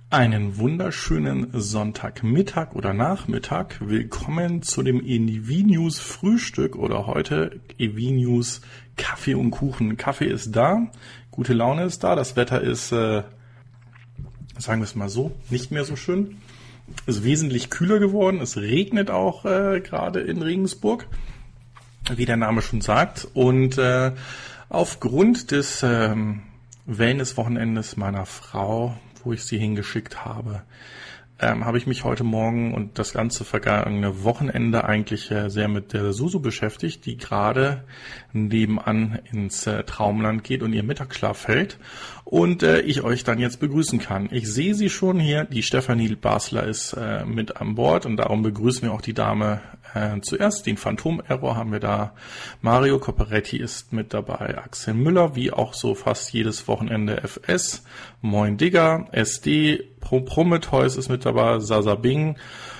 Einen wunderschönen Sonntagmittag oder Nachmittag. Willkommen zu dem EV-News Frühstück oder heute EV-News Kaffee und Kuchen. Kaffee ist da, gute Laune ist da, das Wetter ist, sagen wir es mal so, nicht mehr so schön. Ist wesentlich kühler geworden, es regnet auch gerade in Regensburg, wie der Name schon sagt. Und aufgrund des Wellness-Wochenendes meiner Frau, wo ich sie hingeschickt habe, habe ich mich heute Morgen und das ganze vergangene Wochenende eigentlich sehr mit der Susu beschäftigt, die gerade nebenan ins Traumland geht und ihr Mittagsschlaf hält und ich euch dann jetzt begrüßen kann. Ich sehe sie schon hier, die Stefanie Basler ist mit an Bord und darum begrüßen wir auch die Dame zuerst. Den Phantom-Error haben wir da, Mario Copperetti ist mit dabei, Axel Müller, wie auch so fast jedes Wochenende FS, Moin Digger, SD, Prometheus ist mit dabei, Sasa Bing,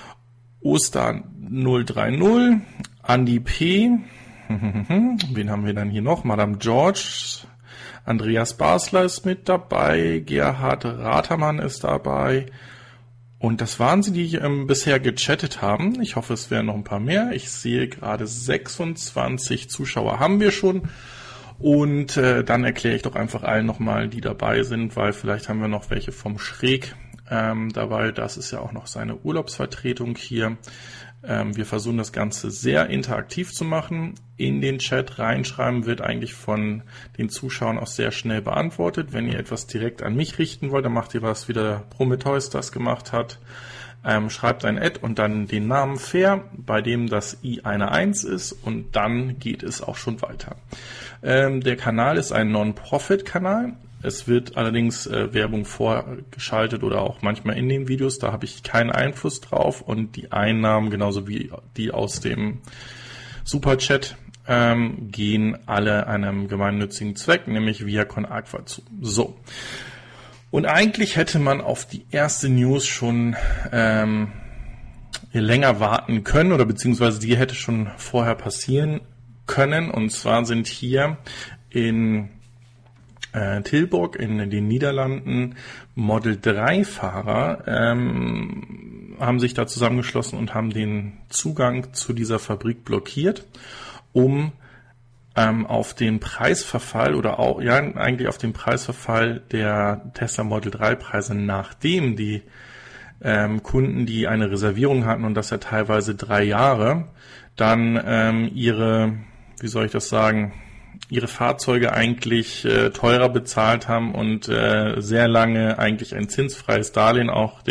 Oster 030, Andy P., wen haben wir dann hier noch? Madame George, Andreas Basler ist mit dabei, Gerhard Ratermann ist dabei. Und das waren sie, die bisher gechattet haben. Ich hoffe, es wären noch ein paar mehr. Ich sehe gerade 26 Zuschauer haben wir schon. Und dann erkläre ich doch einfach allen nochmal, die dabei sind, weil vielleicht haben wir noch welche vom Schräg dabei. Das ist ja auch noch seine Urlaubsvertretung hier. Wir versuchen das Ganze sehr interaktiv zu machen. In den Chat reinschreiben wird eigentlich von den Zuschauern auch sehr schnell beantwortet. Wenn ihr etwas direkt an mich richten wollt, dann macht ihr was, wie der Prometheus das gemacht hat. Schreibt ein Ad und dann den Namen Fair, bei dem das I eine 1 ist und dann geht es auch schon weiter. Der Kanal ist ein Non-Profit-Kanal. Es wird allerdings Werbung vorgeschaltet oder auch manchmal in den Videos, da habe ich keinen Einfluss drauf und die Einnahmen, genauso wie die aus dem Superchat, gehen alle einem gemeinnützigen Zweck, nämlich via ConAgua zu. So. Und eigentlich hätte man auf die erste News schon länger warten können oder beziehungsweise die hätte schon vorher passieren können. Und zwar sind hier in Tilburg in den Niederlanden Model 3 Fahrer haben sich da zusammengeschlossen und haben den Zugang zu dieser Fabrik blockiert, um auf den Preisverfall oder auch eigentlich auf den Preisverfall der Tesla Model 3 Preise, nachdem die Kunden, die eine Reservierung hatten und das ja teilweise 3 Jahre, dann ihre Fahrzeuge eigentlich teurer bezahlt haben und sehr lange eigentlich ein zinsfreies Darlehen auch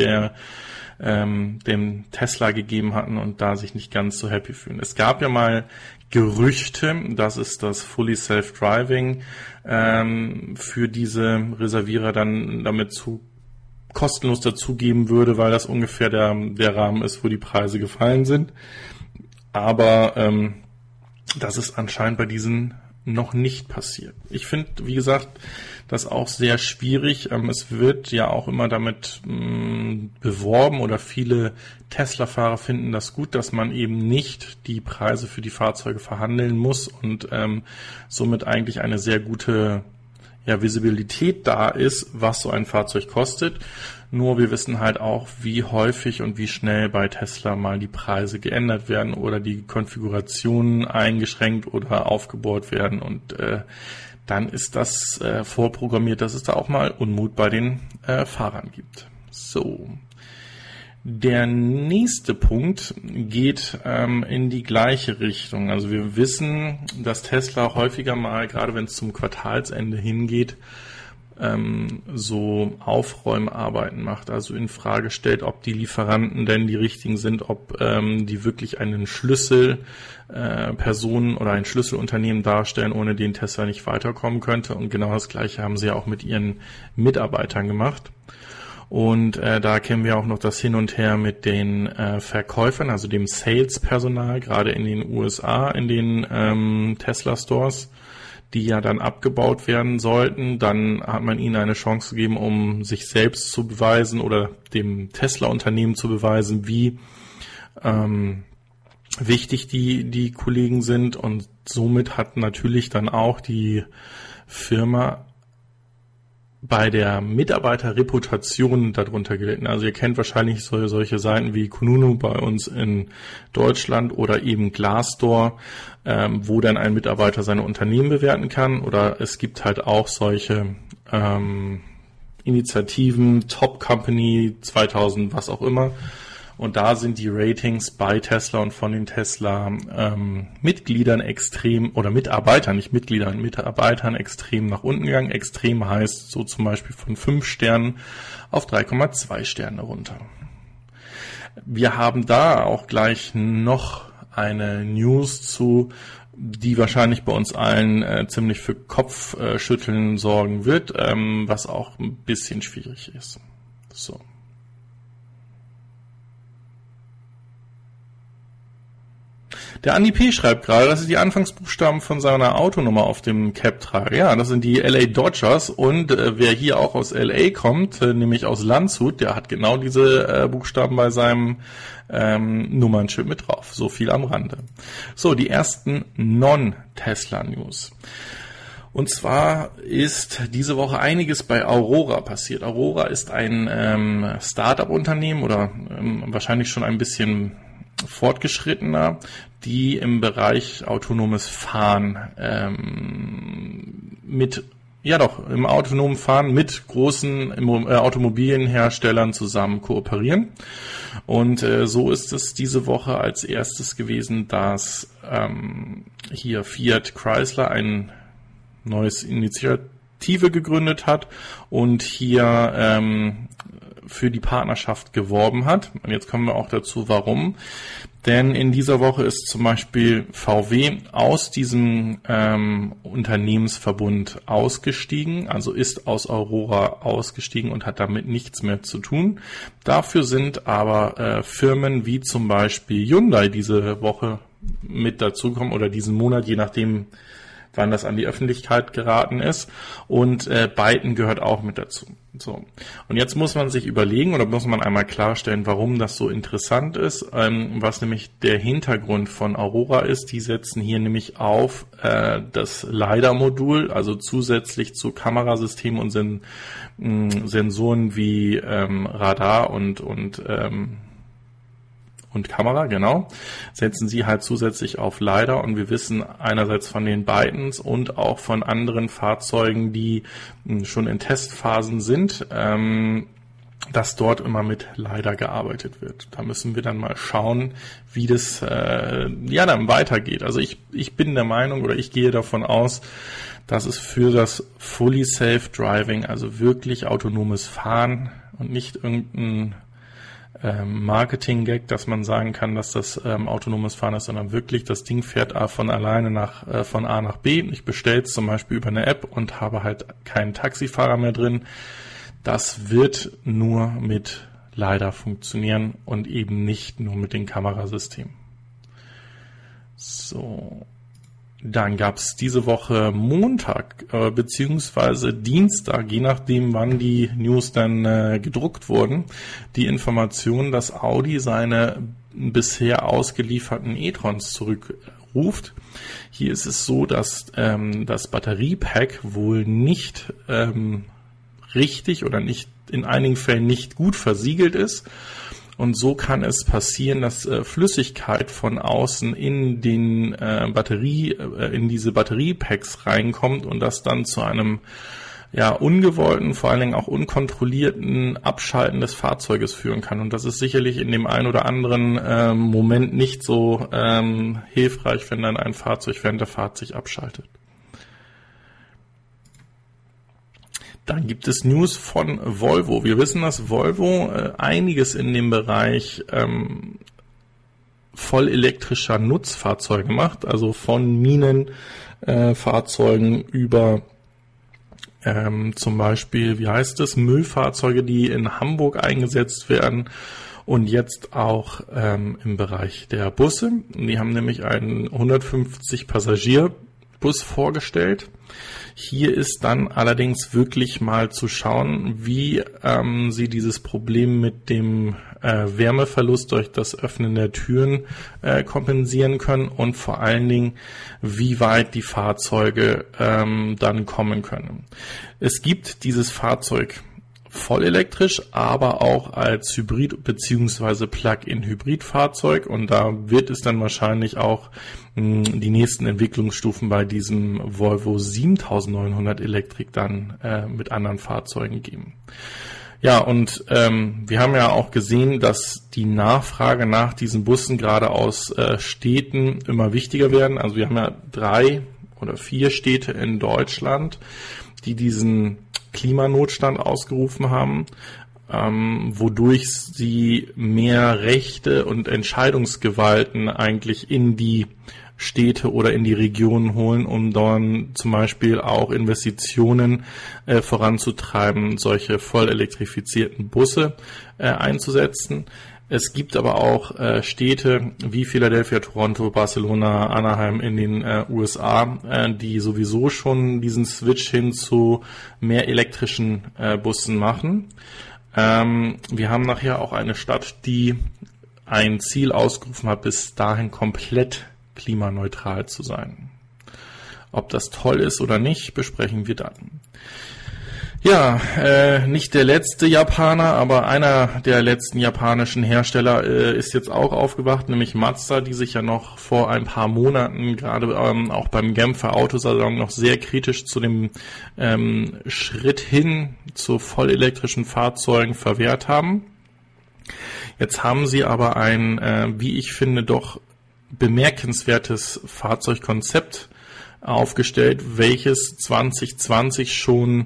dem Tesla gegeben hatten und da sich nicht ganz so happy fühlen. Es gab ja mal Gerüchte, dass es das Fully Self-Driving für diese Reservierer dann damit kostenlos dazugeben würde, weil das ungefähr der Rahmen ist, wo die Preise gefallen sind. Aber das ist anscheinend bei diesen noch nicht passiert. Ich finde, wie gesagt, das auch sehr schwierig. Es wird ja auch immer damit beworben oder viele Tesla-Fahrer finden das gut, dass man eben nicht die Preise für die Fahrzeuge verhandeln muss und somit eigentlich eine sehr gute Visibilität da ist, was so ein Fahrzeug kostet. Nur wir wissen halt auch, wie häufig und wie schnell bei Tesla mal die Preise geändert werden oder die Konfigurationen eingeschränkt oder aufgebohrt werden und dann ist das vorprogrammiert, dass es da auch mal Unmut bei den Fahrern gibt. So. Der nächste Punkt geht in die gleiche Richtung. Also wir wissen, dass Tesla häufiger mal, gerade wenn es zum Quartalsende hingeht, so Aufräumarbeiten macht, also in Frage stellt, ob die Lieferanten denn die richtigen sind, ob die wirklich einen Schlüsselpersonen oder ein Schlüsselunternehmen darstellen, ohne den Tesla nicht weiterkommen könnte. Und genau das Gleiche haben sie ja auch mit ihren Mitarbeitern gemacht. Und da kennen wir auch noch das Hin und Her mit den Verkäufern, also dem Sales-Personal, gerade in den USA, in den Tesla-Stores, die ja dann abgebaut werden sollten. Dann hat man ihnen eine Chance gegeben, um sich selbst zu beweisen oder dem Tesla-Unternehmen zu beweisen, wie wichtig die Kollegen sind. Und somit hat natürlich dann auch die Firma bei der Mitarbeiterreputation darunter gelitten. Also ihr kennt wahrscheinlich solche Seiten wie Kununu bei uns in Deutschland oder eben Glassdoor, wo dann ein Mitarbeiter seine Unternehmen bewerten kann. Oder es gibt halt auch solche Initiativen, Top Company 2000, was auch immer. Und da sind die Ratings bei Tesla und von den Tesla Mitgliedern extrem, oder Mitarbeitern, nicht Mitgliedern, Mitarbeitern extrem nach unten gegangen. Extrem heißt so zum Beispiel von 5 Sternen auf 3,2 Sterne runter. Wir haben da auch gleich noch eine News zu, die wahrscheinlich bei uns allen ziemlich für Kopfschütteln sorgen wird, was auch ein bisschen schwierig ist. So. Der Andi P. schreibt gerade, dass ich die Anfangsbuchstaben von seiner Autonummer auf dem Cap trage. Ja, das sind die LA Dodgers und wer hier auch aus LA kommt, nämlich aus Landshut, der hat genau diese Buchstaben bei seinem Nummernchip mit drauf. So viel am Rande. So, die ersten Non-Tesla-News. Und zwar ist diese Woche einiges bei Aurora passiert. Aurora ist ein Start-up-Unternehmen oder wahrscheinlich schon ein bisschen fortgeschrittener, die im Bereich autonomes Fahren im autonomen Fahren mit großen Automobilienherstellern zusammen kooperieren. Und so ist es diese Woche als erstes gewesen, dass hier Fiat Chrysler ein neues Initiative gegründet hat und hier für die Partnerschaft geworben hat. Und jetzt kommen wir auch dazu, warum. Denn in dieser Woche ist zum Beispiel VW aus diesem Unternehmensverbund ausgestiegen, also ist aus Aurora ausgestiegen und hat damit nichts mehr zu tun. Dafür sind aber Firmen wie zum Beispiel Hyundai diese Woche mit dazukommen oder diesen Monat, je nachdem, wann das an die Öffentlichkeit geraten ist. Und Byton gehört auch mit dazu. So. Und jetzt muss man sich überlegen oder muss man einmal klarstellen, warum das so interessant ist, was nämlich der Hintergrund von Aurora ist. Die setzen hier nämlich auf das LiDAR-Modul, also zusätzlich zu Kamerasystemen und Sensoren wie Radar und Kamera, genau, setzen sie halt zusätzlich auf LiDAR und wir wissen einerseits von den Bytons und auch von anderen Fahrzeugen, die schon in Testphasen sind, dass dort immer mit LiDAR gearbeitet wird. Da müssen wir dann mal schauen, wie das dann weitergeht. Also ich bin der Meinung oder ich gehe davon aus, dass es für das Fully Safe Driving, also wirklich autonomes Fahren und nicht irgendein Marketing-Gag, dass man sagen kann, dass das autonomes Fahren ist, sondern wirklich das Ding fährt von alleine von A nach B. Ich bestelle es zum Beispiel über eine App und habe halt keinen Taxifahrer mehr drin. Das wird nur mit LiDAR funktionieren und eben nicht nur mit den Kamerasystemen. So. Dann gab es diese Woche Montag beziehungsweise Dienstag, je nachdem wann die News dann gedruckt wurden, die Information, dass Audi seine bisher ausgelieferten e-trons zurückruft. Hier ist es so, dass das Batteriepack wohl nicht richtig oder nicht in einigen Fällen nicht gut versiegelt ist. Und so kann es passieren, dass Flüssigkeit von außen in den in diese Batteriepacks reinkommt und das dann zu einem ungewollten, vor allen Dingen auch unkontrollierten Abschalten des Fahrzeuges führen kann. Und das ist sicherlich in dem einen oder anderen Moment nicht so hilfreich, wenn dann ein Fahrzeug während der Fahrt sich abschaltet. Dann gibt es News von Volvo. Wir wissen, dass Volvo einiges in dem Bereich voll elektrischer Nutzfahrzeuge macht, also von Minenfahrzeugen über zum Beispiel, Müllfahrzeuge, die in Hamburg eingesetzt werden und jetzt auch im Bereich der Busse. Die haben nämlich einen 150 Passagier Bus vorgestellt. Hier ist dann allerdings wirklich mal zu schauen, wie sie dieses Problem mit dem Wärmeverlust durch das Öffnen der Türen kompensieren können und vor allen Dingen, wie weit die Fahrzeuge dann kommen können. Es gibt dieses Fahrzeug voll elektrisch, aber auch als Hybrid- bzw. Plug-in-Hybrid-Fahrzeug, und da wird es dann wahrscheinlich auch die nächsten Entwicklungsstufen bei diesem Volvo 7900 Elektrik dann mit anderen Fahrzeugen geben. Ja, und wir haben ja auch gesehen, dass die Nachfrage nach diesen Bussen gerade aus Städten immer wichtiger werden. Also wir haben ja 3 oder 4 Städte in Deutschland, die diesen Klimanotstand ausgerufen haben, wodurch sie mehr Rechte und Entscheidungsgewalten eigentlich in die Städte oder in die Regionen holen, um dann zum Beispiel auch Investitionen voranzutreiben, solche voll elektrifizierten Busse einzusetzen. Es gibt aber auch Städte wie Philadelphia, Toronto, Barcelona, Anaheim in den USA, die sowieso schon diesen Switch hin zu mehr elektrischen Bussen machen. Wir haben nachher auch eine Stadt, die ein Ziel ausgerufen hat, bis dahin komplett klimaneutral zu sein. Ob das toll ist oder nicht, besprechen wir dann. Ja, nicht der letzte Japaner, aber einer der letzten japanischen Hersteller ist jetzt auch aufgewacht, nämlich Mazda, die sich ja noch vor ein paar Monaten gerade auch beim Genfer Autosalon noch sehr kritisch zu dem Schritt hin zu vollelektrischen Fahrzeugen verwehrt haben. Jetzt haben sie aber ein, wie ich finde, doch bemerkenswertes Fahrzeugkonzept aufgestellt, welches 2020 schon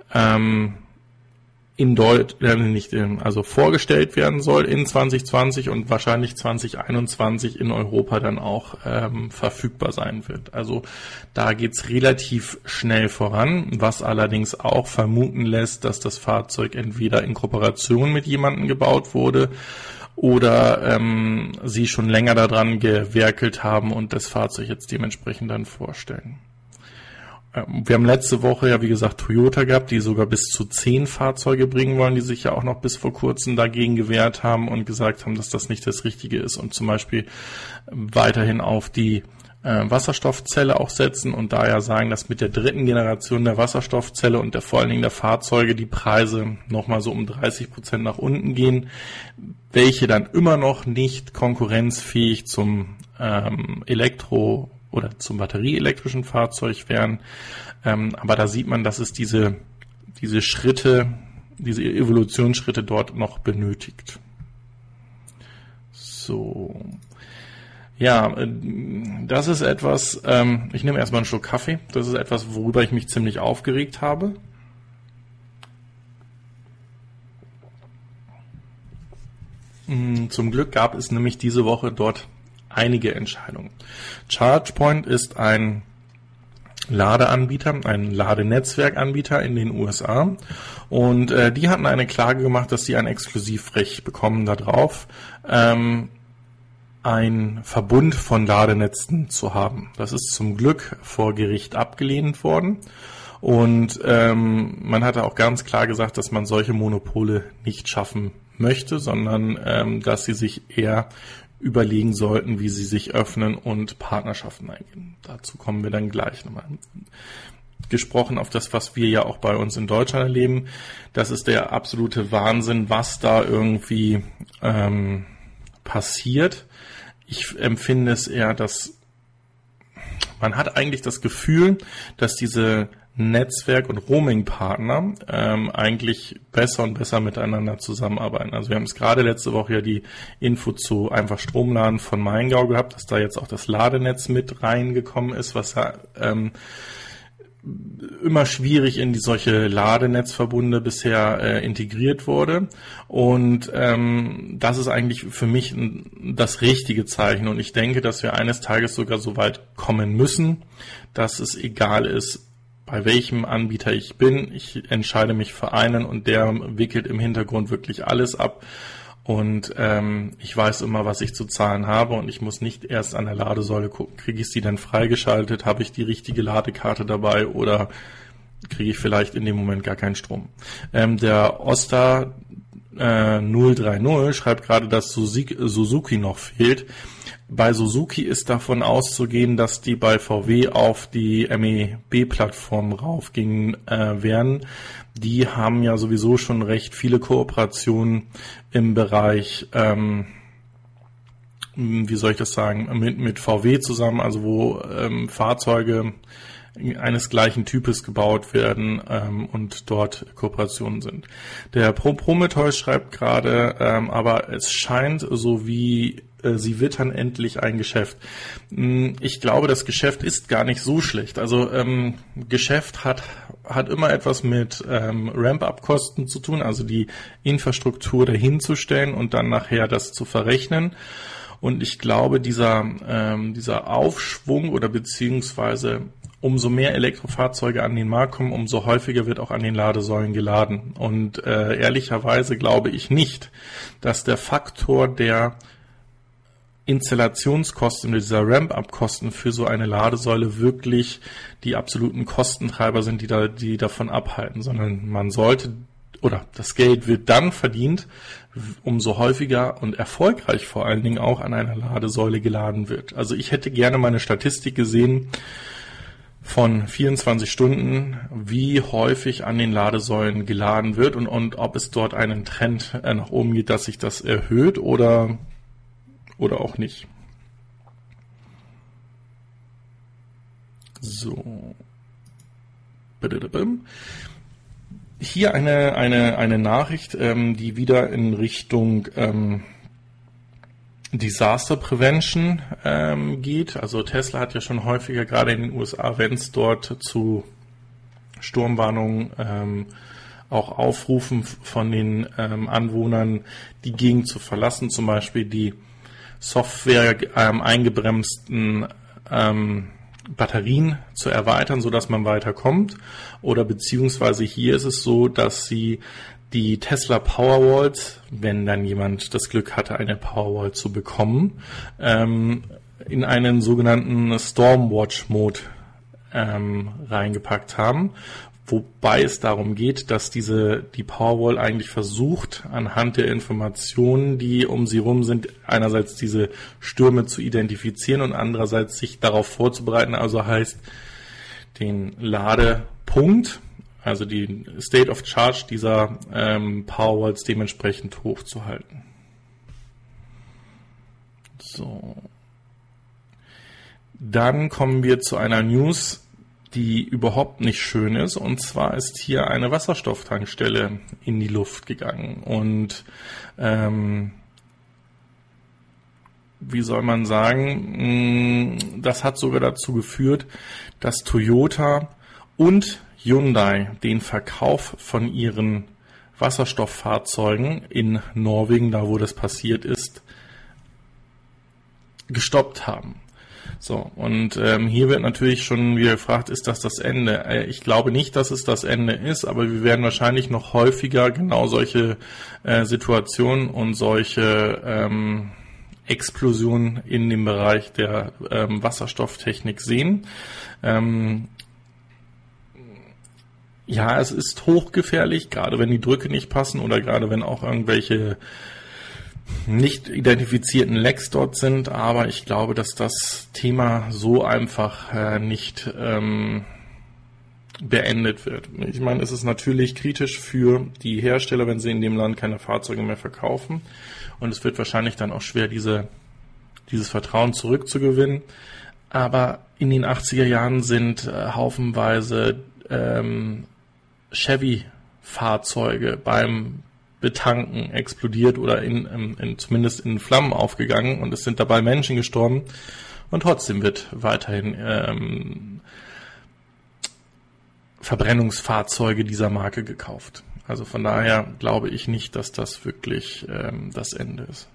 vorgestellt werden soll in 2020 und wahrscheinlich 2021 in Europa dann auch verfügbar sein wird. Also da geht's relativ schnell voran, was allerdings auch vermuten lässt, dass das Fahrzeug entweder in Kooperation mit jemandem gebaut wurde oder sie schon länger daran gewerkelt haben und das Fahrzeug jetzt dementsprechend dann vorstellen. Wir haben letzte Woche ja, wie gesagt, Toyota gehabt, die sogar bis zu 10 Fahrzeuge bringen wollen, die sich ja auch noch bis vor kurzem dagegen gewehrt haben und gesagt haben, dass das nicht das Richtige ist und zum Beispiel weiterhin auf die Wasserstoffzelle auch setzen und daher sagen, dass mit der 3. Generation der Wasserstoffzelle und vor allen Dingen der Fahrzeuge die Preise nochmal so um 30% nach unten gehen, welche dann immer noch nicht konkurrenzfähig zum Elektro- oder zum batterieelektrischen Fahrzeug wären. Aber da sieht man, dass es diese Schritte, diese Evolutionsschritte dort noch benötigt. So. Ja, das ist etwas, ich nehme erstmal einen Schluck Kaffee. Das ist etwas, worüber ich mich ziemlich aufgeregt habe. Zum Glück gab es nämlich diese Woche dort einige Entscheidungen. ChargePoint ist ein Ladeanbieter, ein Ladenetzwerkanbieter in den USA und die hatten eine Klage gemacht, dass sie ein Exklusivrecht bekommen darauf, ein Verbund von Ladenetzen zu haben. Das ist zum Glück vor Gericht abgelehnt worden und man hatte auch ganz klar gesagt, dass man solche Monopole nicht schaffen möchte, sondern dass sie sich eher überlegen sollten, wie sie sich öffnen und Partnerschaften eingehen. Dazu kommen wir dann gleich nochmal. Gesprochen auf das, was wir ja auch bei uns in Deutschland erleben, das ist der absolute Wahnsinn, was da irgendwie passiert. Ich empfinde es eher, dass man hat eigentlich das Gefühl, dass diese Netzwerk- und Roaming-Partner eigentlich besser und besser miteinander zusammenarbeiten. Also wir haben es gerade letzte Woche ja die Info zu einfach Stromladen von Maingau gehabt, dass da jetzt auch das Ladenetz mit reingekommen ist, was ja immer schwierig in die solche Ladenetzverbunde bisher integriert wurde. Und das ist eigentlich für mich das richtige Zeichen. Und ich denke, dass wir eines Tages sogar so weit kommen müssen, dass es egal ist, bei welchem Anbieter ich bin. Ich entscheide mich für einen und der wickelt im Hintergrund wirklich alles ab. und ich weiß immer, was ich zu zahlen habe und ich muss nicht erst an der Ladesäule gucken, kriege ich sie denn freigeschaltet, habe ich die richtige Ladekarte dabei oder kriege ich vielleicht in dem Moment gar keinen Strom. Der Osta 030 schreibt gerade, dass Suzuki noch fehlt. Bei Suzuki ist davon auszugehen, dass die bei VW auf die MEB-Plattform raufgingen werden. Die haben ja sowieso schon recht viele Kooperationen im Bereich, wie soll ich das sagen, mit VW zusammen, also wo Fahrzeuge eines gleichen Types gebaut werden und dort Kooperationen sind. Der Prometheus schreibt gerade, aber es scheint so wie sie wittern endlich ein Geschäft. Ich glaube, das Geschäft ist gar nicht so schlecht. Also Geschäft hat immer etwas mit Ramp-up-Kosten zu tun, also die Infrastruktur dahin zu stellen und dann nachher das zu verrechnen. Und ich glaube, dieser Aufschwung oder beziehungsweise umso mehr Elektrofahrzeuge an den Markt kommen, umso häufiger wird auch an den Ladesäulen geladen. Und ehrlicherweise glaube ich nicht, dass der Faktor der Installationskosten, dieser Ramp-up-Kosten für so eine Ladesäule wirklich die absoluten Kostentreiber sind, die davon abhalten, sondern man sollte, oder das Geld wird dann verdient, umso häufiger und erfolgreich vor allen Dingen auch an einer Ladesäule geladen wird. Also ich hätte gerne mal eine Statistik gesehen von 24 Stunden, wie häufig an den Ladesäulen geladen wird und ob es dort einen Trend nach oben geht, dass sich das erhöht oder auch nicht. So. Hier eine Nachricht, die wieder in Richtung Disaster Prevention geht. Also Tesla hat ja schon häufiger, gerade in den USA, wenn es dort zu Sturmwarnungen auch aufrufen von den Anwohnern, die Gegend zu verlassen, zum Beispiel die Software eingebremsten Batterien zu erweitern, so dass man weiterkommt. Oder beziehungsweise hier ist es so, dass sie die Tesla Powerwalls, wenn dann jemand das Glück hatte, eine Powerwall zu bekommen, in einen sogenannten Stormwatch-Mode reingepackt haben. Wobei es darum geht, dass die Powerwall eigentlich versucht, anhand der Informationen, die um sie rum sind, einerseits diese Stürme zu identifizieren und andererseits sich darauf vorzubereiten, also heißt den Ladepunkt, also die State of Charge dieser Powerwalls dementsprechend hochzuhalten. So. Dann kommen wir zu einer News, die überhaupt nicht schön ist. Und zwar ist hier eine Wasserstofftankstelle in die Luft gegangen. Und wie soll man sagen, das hat sogar dazu geführt, dass Toyota und Hyundai den Verkauf von ihren Wasserstofffahrzeugen in Norwegen, da wo das passiert ist, gestoppt haben. So, und hier wird natürlich schon wieder gefragt, ist das Ende? Ich glaube nicht, dass es das Ende ist, aber wir werden wahrscheinlich noch häufiger genau solche Situationen und solche Explosionen in dem Bereich der Wasserstofftechnik sehen. Ja, es ist hochgefährlich, gerade wenn die Drücke nicht passen oder gerade wenn auch irgendwelche nicht identifizierten Lecks dort sind, aber ich glaube, dass das Thema so einfach nicht beendet wird. Ich meine, es ist natürlich kritisch für die Hersteller, wenn sie in dem Land keine Fahrzeuge mehr verkaufen, und es wird wahrscheinlich dann auch schwer, dieses Vertrauen zurückzugewinnen, aber in den 80er Jahren sind haufenweise Chevy-Fahrzeuge beim Betanken explodiert oder zumindest in Flammen aufgegangen, und es sind dabei Menschen gestorben, und trotzdem wird weiterhin Verbrennungsfahrzeuge dieser Marke gekauft. Also von daher glaube ich nicht, dass das wirklich das Ende ist.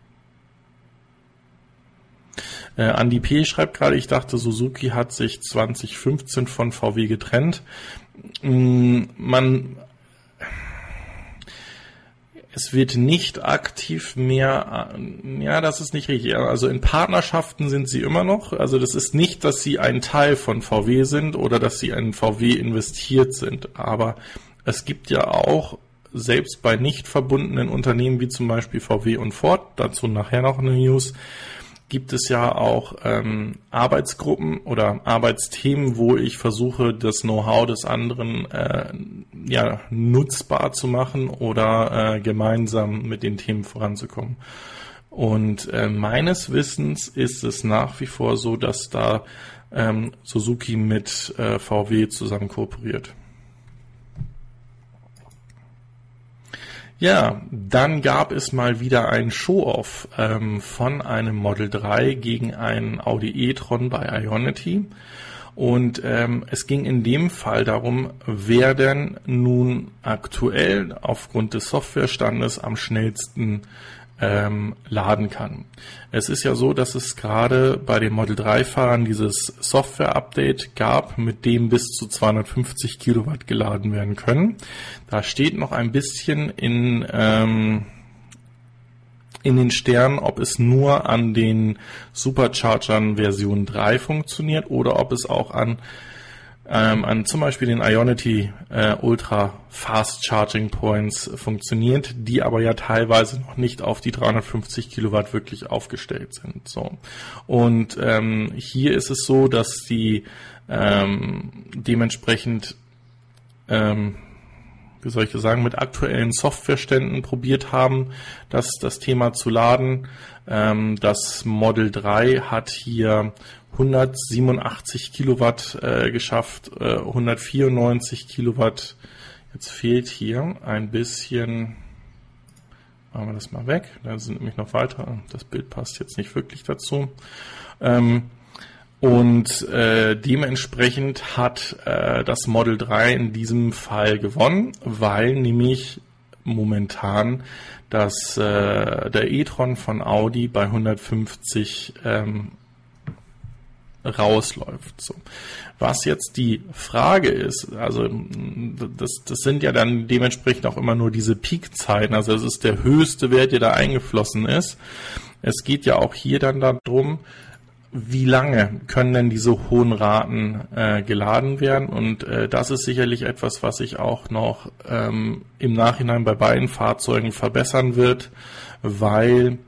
Andi P. schreibt gerade, ich dachte, Suzuki hat sich 2015 von VW getrennt. es wird nicht aktiv mehr, ja, das ist nicht richtig. Also in Partnerschaften sind sie immer noch. Also das ist nicht, dass sie ein Teil von VW sind oder dass sie in VW investiert sind. Aber es gibt ja auch, selbst bei nicht verbundenen Unternehmen wie zum Beispiel VW und Ford, dazu nachher noch eine News, gibt es ja auch Arbeitsgruppen oder Arbeitsthemen, wo ich versuche, das Know-how des anderen nutzbar zu machen oder gemeinsam mit den Themen voranzukommen. Und meines Wissens ist es nach wie vor so, dass da Suzuki mit VW zusammen kooperiert. Ja, dann gab es mal wieder ein Show-Off von einem Model 3 gegen einen Audi e-tron bei Ionity. Und es ging in dem Fall darum, wer denn nun aktuell aufgrund des Softwarestandes am schnellsten laden kann. Es ist ja so, dass es gerade bei den Model 3-Fahrern dieses Software-Update gab, mit dem bis zu 250 Kilowatt geladen werden können. Da steht noch ein bisschen in den Sternen, ob es nur an den Superchargern Version 3 funktioniert oder ob es auch an zum Beispiel den Ionity Ultra Fast Charging Points funktioniert, die aber ja teilweise noch nicht auf die 350 Kilowatt wirklich aufgestellt sind. So. Und hier ist es so, dass die dementsprechend wie soll ich das sagen, mit aktuellen Softwareständen probiert haben, das Thema zu laden. Das Model 3 hat hier 187 Kilowatt geschafft, 194 Kilowatt. Jetzt fehlt hier ein bisschen, machen wir das mal weg, da sind nämlich noch weiter, das Bild passt jetzt nicht wirklich dazu. Dementsprechend hat das Model 3 in diesem Fall gewonnen, weil nämlich momentan der e-tron von Audi bei 150 rausläuft. So. Was jetzt die Frage ist, also das sind ja dann dementsprechend auch immer nur diese Peakzeiten, also es ist der höchste Wert, der da eingeflossen ist. Es geht ja auch hier dann darum, wie lange können denn diese hohen Raten geladen werden? Und das ist sicherlich etwas, was sich auch noch im Nachhinein bei beiden Fahrzeugen verbessern wird, weil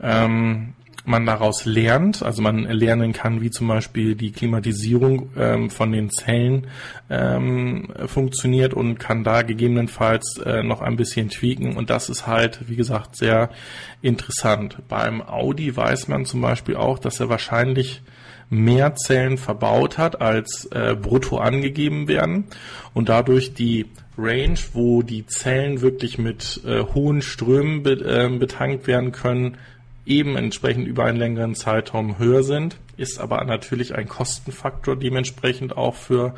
man daraus lernt, also man lernen kann, wie zum Beispiel die Klimatisierung von den Zellen funktioniert und kann da gegebenenfalls noch ein bisschen tweaken, und das ist halt, wie gesagt, sehr interessant. Beim Audi weiß man zum Beispiel auch, dass er wahrscheinlich mehr Zellen verbaut hat, als brutto angegeben werden, und dadurch die Range, wo die Zellen wirklich mit hohen Strömen betankt werden können, eben entsprechend über einen längeren Zeitraum höher sind, ist aber natürlich ein Kostenfaktor dementsprechend auch für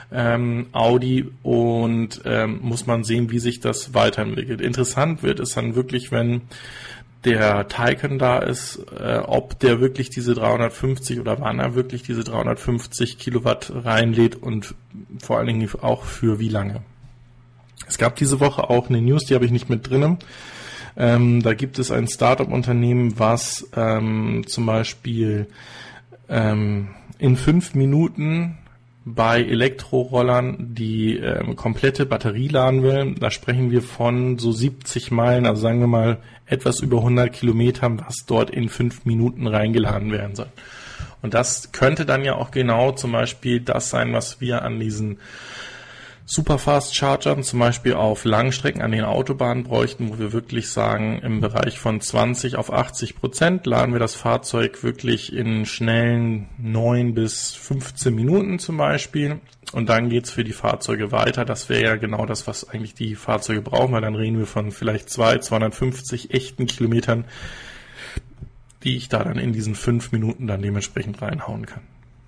Audi, und muss man sehen, wie sich das weiterentwickelt. Interessant wird es dann wirklich, wenn der Taycan da ist, ob der wirklich diese 350 oder wann er wirklich diese 350 Kilowatt reinlädt und vor allen Dingen auch für wie lange. Es gab diese Woche auch eine News, die habe ich nicht mit drinnen. Da gibt es ein Startup-Unternehmen, was zum Beispiel in 5 Minuten bei Elektrorollern die komplette Batterie laden will. Da sprechen wir von so 70 Meilen, also sagen wir mal etwas über 100 Kilometern, was dort in 5 Minuten reingeladen werden soll. Und das könnte dann ja auch genau zum Beispiel das sein, was wir an diesen Superfast Chargern zum Beispiel auf Langstrecken an den Autobahnen bräuchten, wo wir wirklich sagen, im Bereich von 20 auf 80% laden wir das Fahrzeug wirklich in schnellen 9 bis 15 Minuten zum Beispiel, und dann geht's für die Fahrzeuge weiter. Das wäre ja genau das, was eigentlich die Fahrzeuge brauchen, weil dann reden wir von vielleicht 250 echten Kilometern, die ich da dann in diesen 5 Minuten dann dementsprechend reinhauen kann.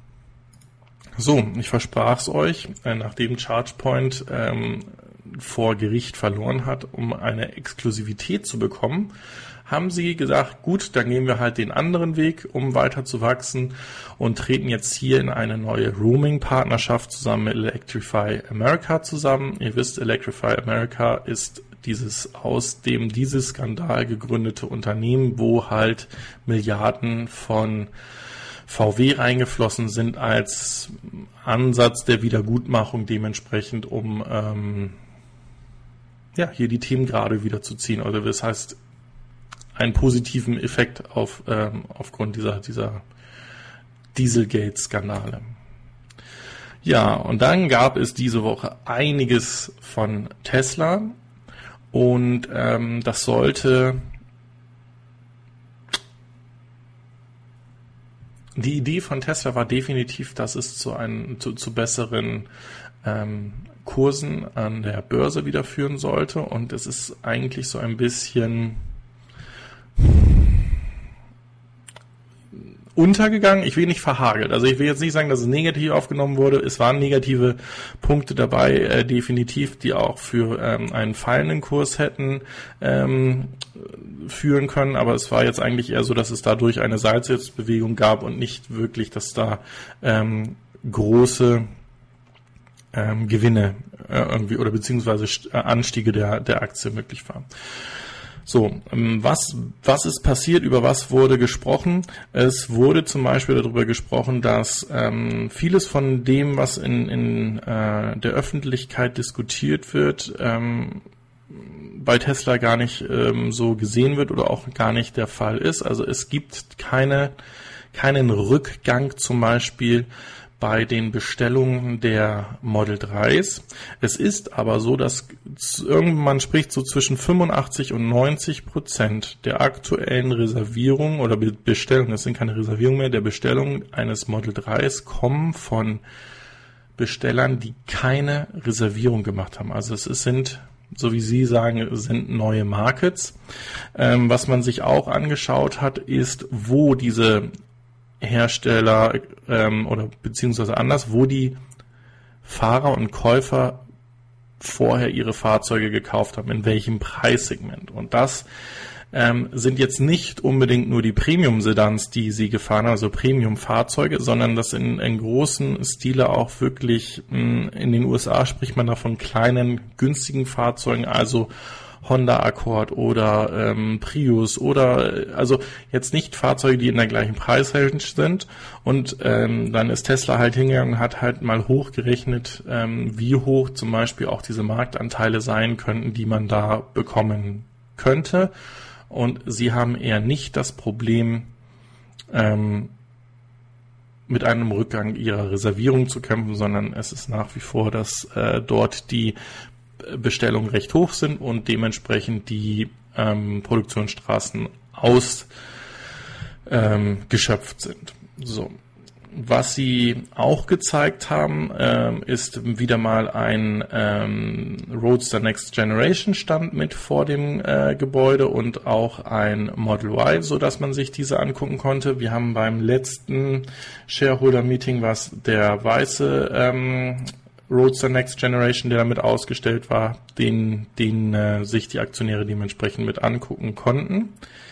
So, ich versprach's euch, nachdem ChargePoint vor Gericht verloren hat, um eine Exklusivität zu bekommen, haben sie gesagt, gut, dann gehen wir halt den anderen Weg, um weiter zu wachsen, und treten jetzt hier in eine neue Roaming-Partnerschaft zusammen mit Electrify America zusammen. Ihr wisst, Electrify America ist aus dem Dieselskandal gegründete Unternehmen, wo halt Milliarden von VW reingeflossen sind als Ansatz der Wiedergutmachung dementsprechend, um hier die Themen gerade wieder zu ziehen. Also das heißt, einen positiven Effekt aufgrund dieser Dieselgate-Skandale. Ja, und dann gab es diese Woche einiges von Tesla und das sollte die Idee von Tesla war definitiv, dass es zu besseren Kursen an der Börse wieder führen sollte, und es ist eigentlich so ein bisschen untergegangen. Ich will nicht verhagelt. Also ich will jetzt nicht sagen, dass es negativ aufgenommen wurde. Es waren negative Punkte dabei, definitiv, die auch für einen fallenden Kurs hätten führen können. Aber es war jetzt eigentlich eher so, dass es dadurch eine Seitwärtsbewegung gab und nicht wirklich, dass da große Gewinne irgendwie oder beziehungsweise Anstiege der Aktie möglich waren. So, was ist passiert, über was wurde gesprochen? Es wurde zum Beispiel darüber gesprochen, dass vieles von dem, was in der Öffentlichkeit diskutiert wird, bei Tesla gar nicht so gesehen wird oder auch gar nicht der Fall ist. Also es gibt keinen Rückgang zum Beispiel bei den Bestellungen der Model 3s. Es ist aber so, dass man spricht so zwischen 85% und 90% der aktuellen Reservierungen oder Bestellungen, das sind keine Reservierungen mehr, der Bestellungen eines Model 3s kommen von Bestellern, die keine Reservierung gemacht haben. Also sind, so wie Sie sagen, sind neue Markets. Was man sich auch angeschaut hat, ist, wo diese Hersteller oder beziehungsweise anders, wo die Fahrer und Käufer vorher ihre Fahrzeuge gekauft haben, in welchem Preissegment. Und das sind jetzt nicht unbedingt nur die Premium-Sedans, die sie gefahren haben, also Premium-Fahrzeuge, sondern das in großen Stile auch wirklich, in den USA spricht man da von kleinen, günstigen Fahrzeugen, also Honda Accord oder Prius oder also jetzt nicht Fahrzeuge, die in der gleichen Preisrange sind. Und dann ist Tesla halt hingegangen und hat halt mal hochgerechnet, wie hoch zum Beispiel auch diese Marktanteile sein könnten, die man da bekommen könnte. Und sie haben eher nicht das Problem, mit einem Rückgang ihrer Reservierung zu kämpfen, sondern es ist nach wie vor, dass dort die Bestellungen recht hoch sind und dementsprechend die Produktionsstraßen ausgeschöpft sind. So. Was sie auch gezeigt haben, ist wieder mal ein Roadster Next Generation stand mit vor dem Gebäude und auch ein Model Y, so dass man sich diese angucken konnte. Wir haben beim letzten Shareholder Meeting, was der weiße Roadster Next Generation, der damit ausgestellt war, den sich die Aktionäre dementsprechend mit angucken konnten.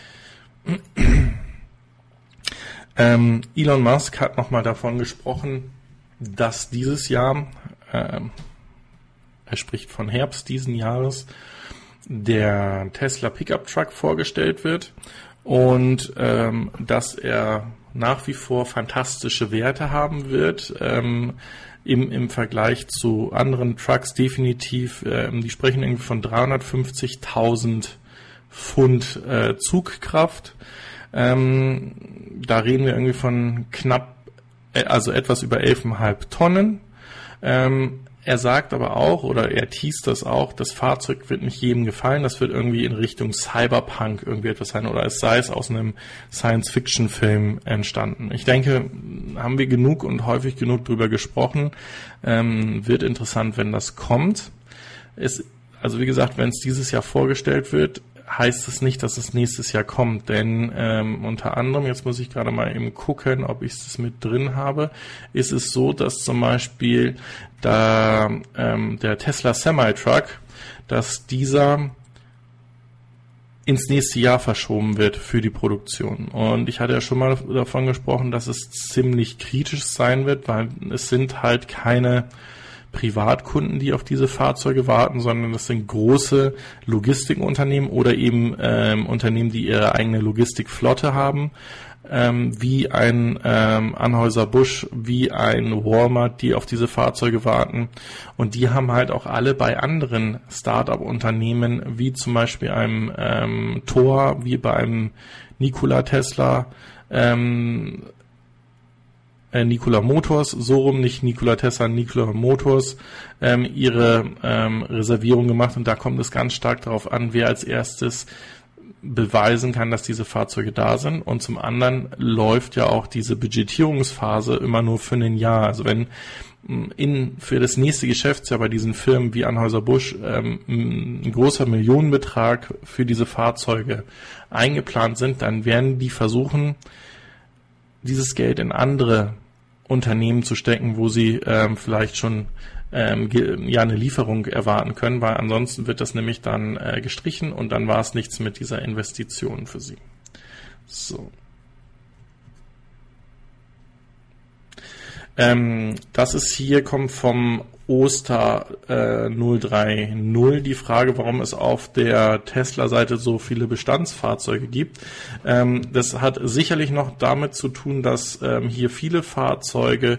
Elon Musk hat nochmal davon gesprochen, dass dieses Jahr, er spricht von Herbst diesen Jahres, der Tesla Pickup Truck vorgestellt wird und dass er nach wie vor fantastische Werte haben wird, im Vergleich zu anderen Trucks definitiv, die sprechen irgendwie von 350.000 Pfund Zugkraft. Da reden wir irgendwie von etwas über 11,5 Tonnen. Er sagt aber auch, oder er teast das auch, das Fahrzeug wird nicht jedem gefallen, das wird irgendwie in Richtung Cyberpunk irgendwie etwas sein, oder es sei es aus einem Science-Fiction-Film entstanden. Ich denke, haben wir genug und häufig genug drüber gesprochen, wird interessant, wenn das kommt. Also wie gesagt, wenn es dieses Jahr vorgestellt wird, heißt es nicht, dass es nächstes Jahr kommt, denn unter anderem, jetzt muss ich gerade mal eben gucken, ob ich es mit drin habe, ist es so, dass zum Beispiel der Tesla Semi-Truck, dass dieser ins nächste Jahr verschoben wird für die Produktion. Und ich hatte ja schon mal davon gesprochen, dass es ziemlich kritisch sein wird, weil es sind halt keine Privatkunden, die auf diese Fahrzeuge warten, sondern das sind große Logistikunternehmen oder eben Unternehmen, die ihre eigene Logistikflotte haben, wie ein Anheuser-Busch, wie ein Walmart, die auf diese Fahrzeuge warten. Und die haben halt auch alle bei anderen Start-up-Unternehmen, wie zum Beispiel einem Thor, wie bei einem Nikola Tesla, Nikola Motors, so rum, nicht Nikola Tesla, Nikola Motors, ihre Reservierung gemacht. Und da kommt es ganz stark darauf an, wer als erstes beweisen kann, dass diese Fahrzeuge da sind. Und zum anderen läuft ja auch diese Budgetierungsphase immer nur für ein Jahr. Also wenn für das nächste Geschäftsjahr bei diesen Firmen wie Anheuser-Busch ein großer Millionenbetrag für diese Fahrzeuge eingeplant sind, dann werden die versuchen, dieses Geld in andere Unternehmen zu stecken, wo sie vielleicht schon eine Lieferung erwarten können, weil ansonsten wird das nämlich dann gestrichen und dann war es nichts mit dieser Investition für sie. So. Das ist hier, kommt vom Oster 030, die Frage, warum es auf der Tesla-Seite so viele Bestandsfahrzeuge gibt. Das hat sicherlich noch damit zu tun, dass hier viele Fahrzeuge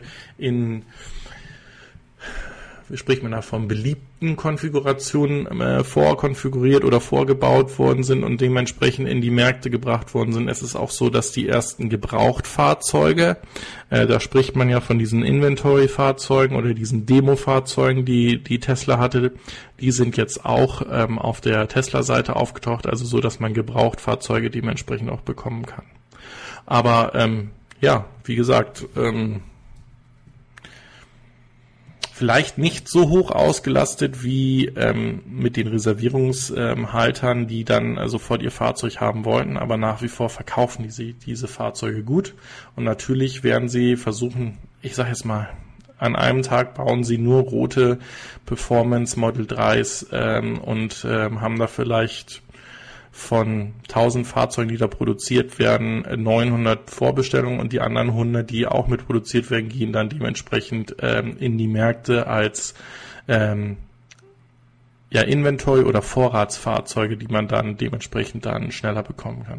wie spricht man da von beliebten Konfigurationen vorkonfiguriert oder vorgebaut worden sind und dementsprechend in die Märkte gebracht worden sind. Es ist auch so, dass die ersten Gebrauchtfahrzeuge, da spricht man ja von diesen Inventory-Fahrzeugen oder diesen Demo-Fahrzeugen, die Tesla hatte, die sind jetzt auch auf der Tesla-Seite aufgetaucht, also so, dass man Gebrauchtfahrzeuge dementsprechend auch bekommen kann. Aber wie gesagt, vielleicht nicht so hoch ausgelastet wie mit den Reservierungshaltern, die dann sofort ihr Fahrzeug haben wollten, aber nach wie vor verkaufen diese Fahrzeuge gut. Und natürlich werden sie versuchen, ich sage jetzt mal, an einem Tag bauen sie nur rote Performance Model 3s und haben da vielleicht von 1000 Fahrzeugen, die da produziert werden, 900 Vorbestellungen und die anderen 100, die auch mit produziert werden, gehen dann dementsprechend in die Märkte als Inventory oder Vorratsfahrzeuge, die man dann dementsprechend dann schneller bekommen kann.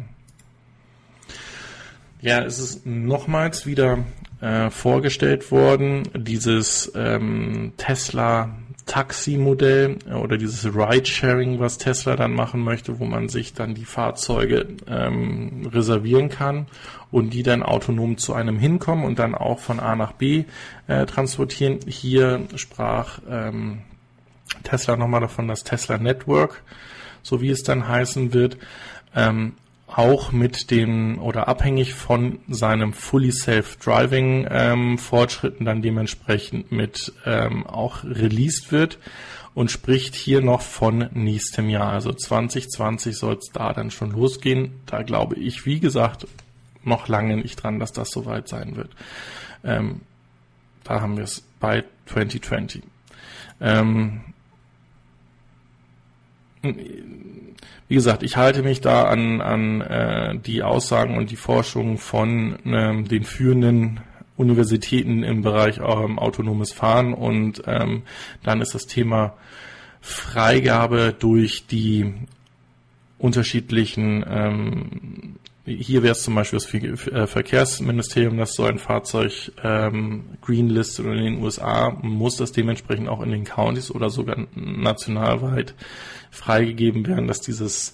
Ja, es ist nochmals wieder vorgestellt worden, dieses Tesla Taxi-Modell oder dieses Ride-Sharing, was Tesla dann machen möchte, wo man sich dann die Fahrzeuge reservieren kann und die dann autonom zu einem hinkommen und dann auch von A nach B transportieren. Hier sprach Tesla nochmal davon, das Tesla Network, so wie es dann heißen wird, auch mit dem oder abhängig von seinem Fully Self-Driving Fortschritten dann dementsprechend mit auch released wird und spricht hier noch von nächstem Jahr. Also 2020 soll es da dann schon losgehen. Da glaube ich, wie gesagt, noch lange nicht dran, dass das soweit sein wird. Da haben wir es bei 2020. Wie gesagt, ich halte mich da an die Aussagen und die Forschung von den führenden Universitäten im Bereich autonomes Fahren und dann ist das Thema Freigabe durch die unterschiedlichen, hier wäre es zum Beispiel das Verkehrsministerium, das so ein Fahrzeug greenlistet und in den USA muss das dementsprechend auch in den Countys oder sogar nationalweit freigegeben werden, dass dieses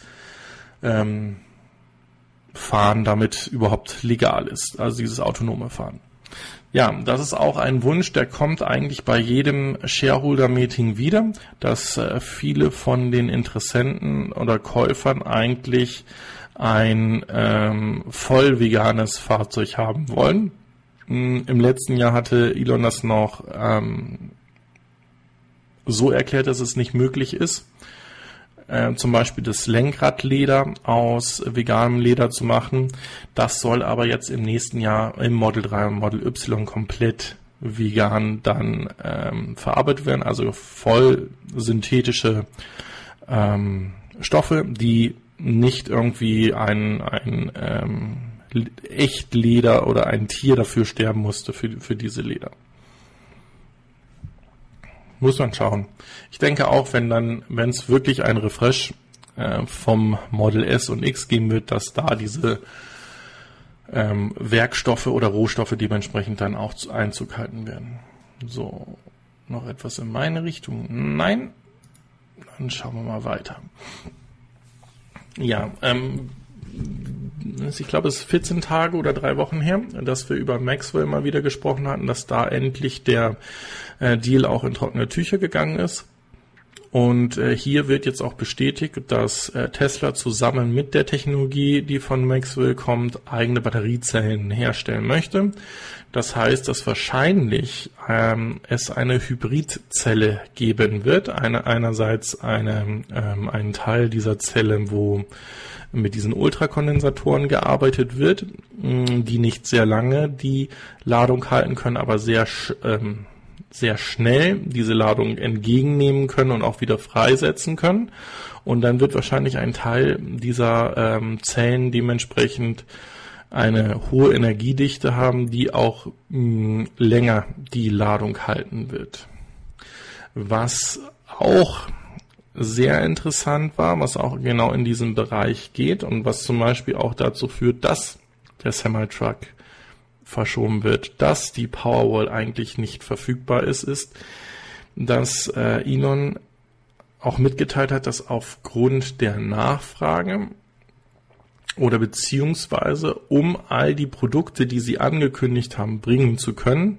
Fahren damit überhaupt legal ist, also dieses autonome Fahren. Ja, das ist auch ein Wunsch, der kommt eigentlich bei jedem Shareholder-Meeting wieder, dass viele von den Interessenten oder Käufern eigentlich ein voll veganes Fahrzeug haben wollen. Im letzten Jahr hatte Elon das noch so erklärt, dass es nicht möglich ist, zum Beispiel das Lenkradleder aus veganem Leder zu machen. Das soll aber jetzt im nächsten Jahr im Model 3 und Model Y komplett vegan dann verarbeitet werden, also voll synthetische Stoffe, die nicht irgendwie ein Echtleder oder ein Tier dafür sterben musste für diese Leder. Muss man schauen. Ich denke auch, wenn es wirklich ein Refresh vom Model S und X geben wird, dass da diese Werkstoffe oder Rohstoffe dementsprechend dann auch Einzug halten werden. So, noch etwas in meine Richtung? Nein? Dann schauen wir mal weiter. Ja, ich glaube, es ist 14 Tage oder 3 Wochen her, dass wir über Maxwell mal wieder gesprochen hatten, dass da endlich der Deal auch in trockene Tücher gegangen ist. Und hier wird jetzt auch bestätigt, dass Tesla zusammen mit der Technologie, die von Maxwell kommt, eigene Batteriezellen herstellen möchte. Das heißt, dass wahrscheinlich es eine Hybridzelle geben wird. Einerseits einen Teil dieser Zelle, wo mit diesen Ultrakondensatoren gearbeitet wird, die nicht sehr lange die Ladung halten können, aber sehr schnell diese Ladung entgegennehmen können und auch wieder freisetzen können. Und dann wird wahrscheinlich ein Teil dieser Zellen dementsprechend eine hohe Energiedichte haben, die auch länger die Ladung halten wird. Was auch sehr interessant war, was auch genau in diesem Bereich geht und was zum Beispiel auch dazu führt, dass der Semi-Truck verschoben wird, dass die Powerwall eigentlich nicht verfügbar ist, dass Elon auch mitgeteilt hat, dass aufgrund der Nachfrage oder beziehungsweise um all die Produkte, die sie angekündigt haben, bringen zu können,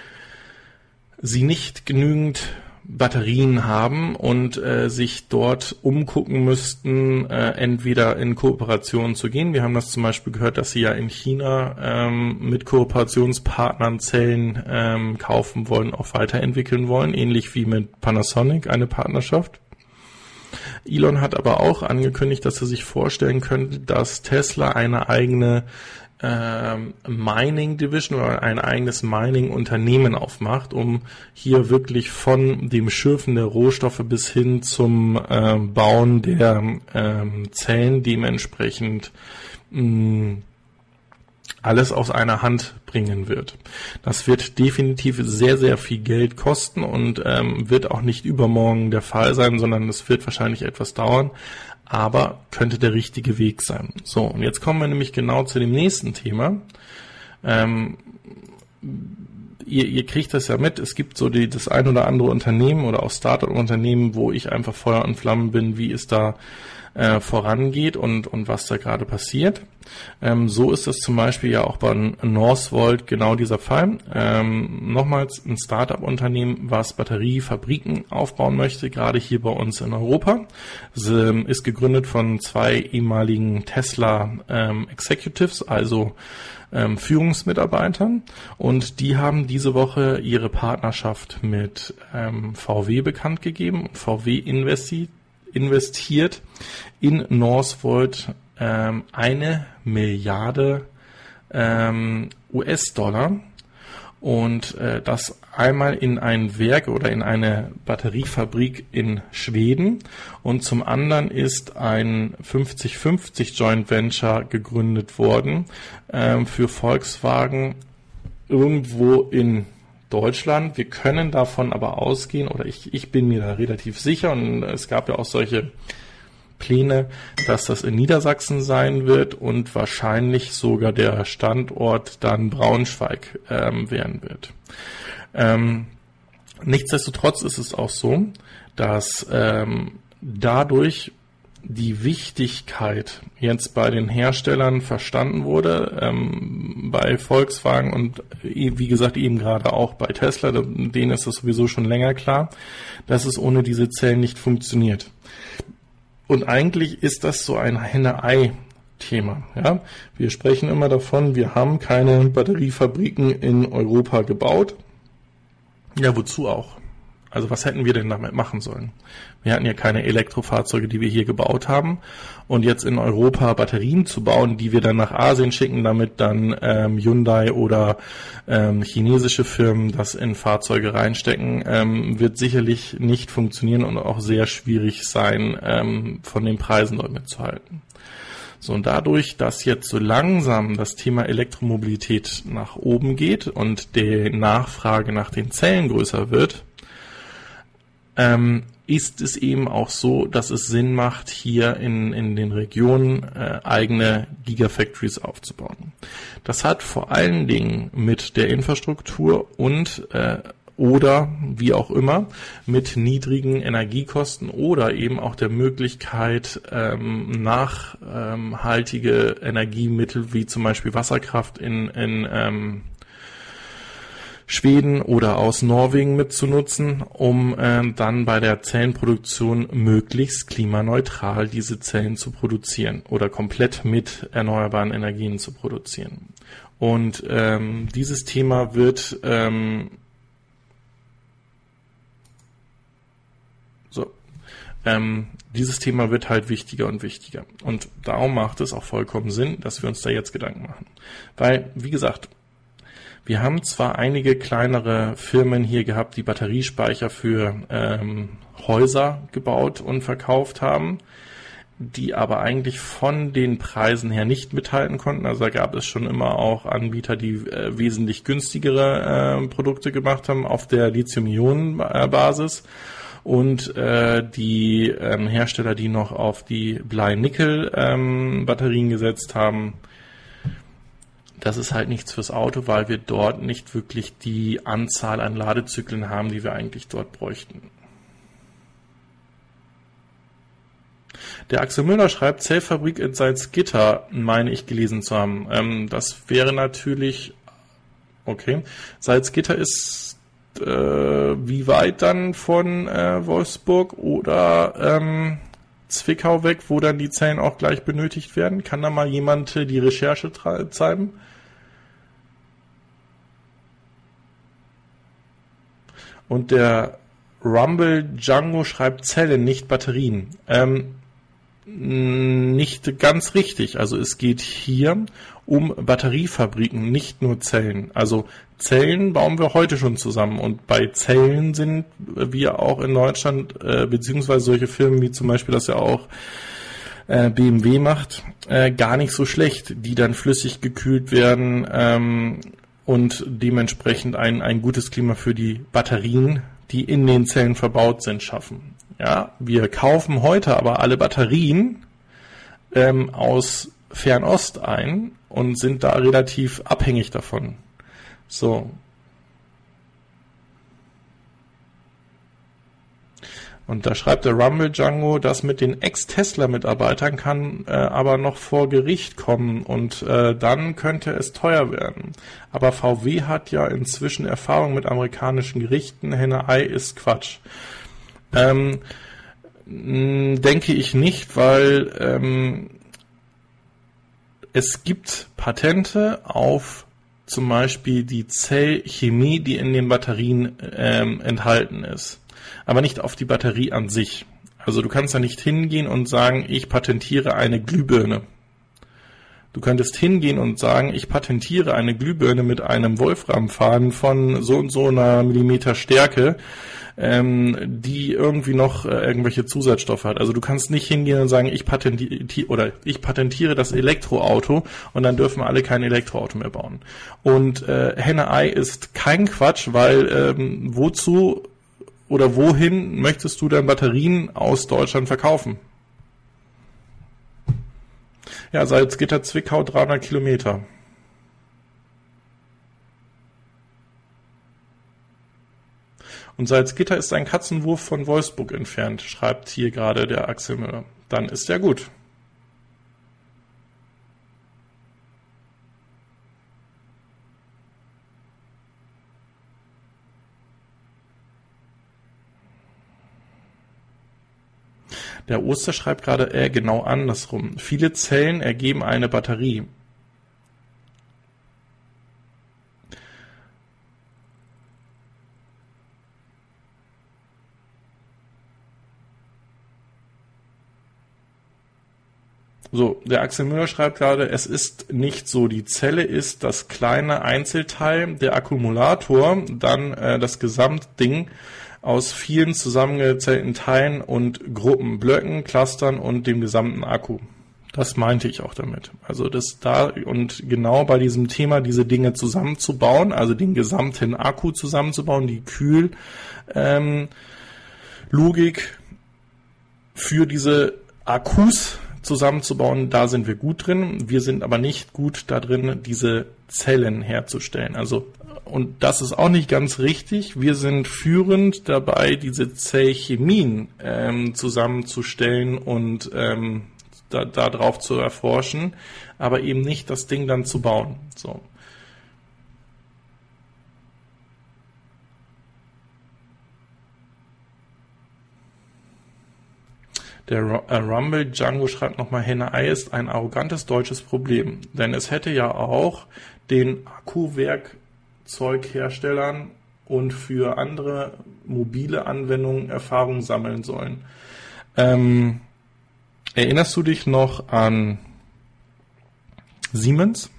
sie nicht genügend Batterien haben und sich dort umgucken müssten, entweder in Kooperation zu gehen. Wir haben das zum Beispiel gehört, dass sie ja in China mit Kooperationspartnern Zellen kaufen wollen, auch weiterentwickeln wollen, ähnlich wie mit Panasonic, eine Partnerschaft. Elon hat aber auch angekündigt, dass er sich vorstellen könnte, dass Tesla eine eigene Mining Division oder ein eigenes Mining-Unternehmen aufmacht, um hier wirklich von dem Schürfen der Rohstoffe bis hin zum Bauen der Zellen dementsprechend alles aus einer Hand bringen wird. Das wird definitiv sehr, sehr viel Geld kosten und wird auch nicht übermorgen der Fall sein, sondern es wird wahrscheinlich etwas dauern, aber könnte der richtige Weg sein. So, und jetzt kommen wir nämlich genau zu dem nächsten Thema. Ihr kriegt das ja mit, es gibt so das ein oder andere Unternehmen oder auch Startup-Unternehmen, wo ich einfach Feuer und Flammen bin, wie es da vorangeht und was da gerade passiert. So ist es zum Beispiel ja auch bei Northvolt genau dieser Fall. Nochmals ein Startup-Unternehmen, was Batteriefabriken aufbauen möchte, gerade hier bei uns in Europa. Es ist gegründet von 2 ehemaligen Tesla Executives, also Führungsmitarbeitern, und die haben diese Woche ihre Partnerschaft mit VW bekannt gegeben. VW investiert in Northvolt 1 Milliarde US-Dollar und das einmal in ein Werk oder in eine Batteriefabrik in Schweden, und zum anderen ist ein 50-50 Joint Venture gegründet worden für Volkswagen irgendwo in Deutschland. Wir können davon aber ausgehen, oder ich bin mir da relativ sicher, und es gab ja auch solche Pläne, dass das in Niedersachsen sein wird und wahrscheinlich sogar der Standort dann Braunschweig werden wird. Nichtsdestotrotz ist es auch so, dass dadurch die Wichtigkeit jetzt bei den Herstellern verstanden wurde, bei Volkswagen und wie gesagt eben gerade auch bei Tesla, denen ist das sowieso schon länger klar, dass es ohne diese Zellen nicht funktioniert. Und eigentlich ist das so ein Henne-Ei-Thema. Ja? Wir sprechen immer davon, wir haben keine Batteriefabriken in Europa gebaut. Ja, wozu auch? Also was hätten wir denn damit machen sollen? Wir hatten ja keine Elektrofahrzeuge, die wir hier gebaut haben. Und jetzt in Europa Batterien zu bauen, die wir dann nach Asien schicken, damit dann Hyundai oder chinesische Firmen das in Fahrzeuge reinstecken, wird sicherlich nicht funktionieren und auch sehr schwierig sein, von den Preisen dort mitzuhalten. So, und dadurch, dass jetzt so langsam das Thema Elektromobilität nach oben geht und die Nachfrage nach den Zellen größer wird, ist es eben auch so, dass es Sinn macht, hier in den Regionen eigene Gigafactories aufzubauen. Das hat vor allen Dingen mit der Infrastruktur und oder wie auch immer mit niedrigen Energiekosten oder eben auch der Möglichkeit, nachhaltige Energiemittel wie zum Beispiel Wasserkraft in Schweden oder aus Norwegen mitzunutzen, um dann bei der Zellenproduktion möglichst klimaneutral diese Zellen zu produzieren oder komplett mit erneuerbaren Energien zu produzieren. Und dieses Thema wird dieses Thema wird halt wichtiger und wichtiger. Und darum macht es auch vollkommen Sinn, dass wir uns da jetzt Gedanken machen. Weil, wie gesagt, wir haben zwar einige kleinere Firmen hier gehabt, die Batteriespeicher für Häuser gebaut und verkauft haben, die aber eigentlich von den Preisen her nicht mithalten konnten. Also da gab es schon immer auch Anbieter, die wesentlich günstigere Produkte gemacht haben auf der Lithium-Ionen-Basis. Und die Hersteller, die noch auf die Blei-Nickel-Batterien gesetzt haben, das ist halt nichts fürs Auto, weil wir dort nicht wirklich die Anzahl an Ladezyklen haben, die wir eigentlich dort bräuchten. Der Axel Müller schreibt, Zellfabrik in Salzgitter, meine ich gelesen zu haben. Das wäre natürlich, okay, Salzgitter ist wie weit dann von Wolfsburg oder Zwickau weg, wo dann die Zellen auch gleich benötigt werden? Kann da mal jemand die Recherche treiben? Und der Rumble Django schreibt Zellen, nicht Batterien. Nicht ganz richtig. Also es geht hier um Batteriefabriken, nicht nur Zellen. Also Zellen bauen wir heute schon zusammen und bei Zellen sind wir auch in Deutschland, beziehungsweise solche Firmen wie zum Beispiel das ja auch BMW macht, gar nicht so schlecht, die dann flüssig gekühlt werden und dementsprechend ein gutes Klima für die Batterien, die in den Zellen verbaut sind, schaffen. Ja, wir kaufen heute aber alle Batterien aus Fernost ein und sind da relativ abhängig davon. So. Und da schreibt der Rumble Django, dass mit den Ex-Tesla-Mitarbeitern kann aber noch vor Gericht kommen und dann könnte es teuer werden. Aber VW hat ja inzwischen Erfahrung mit amerikanischen Gerichten. Henne-Ei ist Quatsch. Denke ich nicht, weil es gibt Patente auf zum Beispiel die Zellchemie, die in den Batterien enthalten ist, aber nicht auf die Batterie an sich. Also du kannst da nicht hingehen und sagen, ich patentiere eine Glühbirne. Du könntest hingehen und sagen, ich patentiere eine Glühbirne mit einem Wolframfaden von so und so einer Millimeter Stärke, die irgendwie noch irgendwelche Zusatzstoffe hat. Also du kannst nicht hingehen und sagen, ich patentiere das Elektroauto und dann dürfen alle kein Elektroauto mehr bauen. Und Henne-Ei ist kein Quatsch, weil wozu oder wohin möchtest du denn Batterien aus Deutschland verkaufen? Ja, Salzgitter, Zwickau, 300 Kilometer. Und Salzgitter ist ein Katzenwurf von Wolfsburg entfernt, schreibt hier gerade der Axel Müller. Dann ist ja gut. Der Oster schreibt gerade genau andersrum. Viele Zellen ergeben eine Batterie. So, der Axel Müller schreibt gerade, es ist nicht so, die Zelle ist das kleine Einzelteil, der Akkumulator, dann das Gesamtding aus vielen zusammengezählten Teilen und Gruppen, Blöcken, Clustern und dem gesamten Akku. Das meinte ich auch damit. Also das da und genau bei diesem Thema, diese Dinge zusammenzubauen, also den gesamten Akku zusammenzubauen, die Logik für diese Akkus zusammenzubauen, da sind wir gut drin. Wir sind aber nicht gut da drin, diese Zellen herzustellen. Also, und das ist auch nicht ganz richtig. Wir sind führend dabei, diese Zellchemien zusammenzustellen und da drauf zu erforschen, aber eben nicht das Ding dann zu bauen. So. Der Rumble Django schreibt nochmal, Henne-Ei ist ein arrogantes deutsches Problem, denn es hätte ja auch den Akkuwerkzeugherstellern und für andere mobile Anwendungen Erfahrung sammeln sollen. Erinnerst du dich noch an Siemens?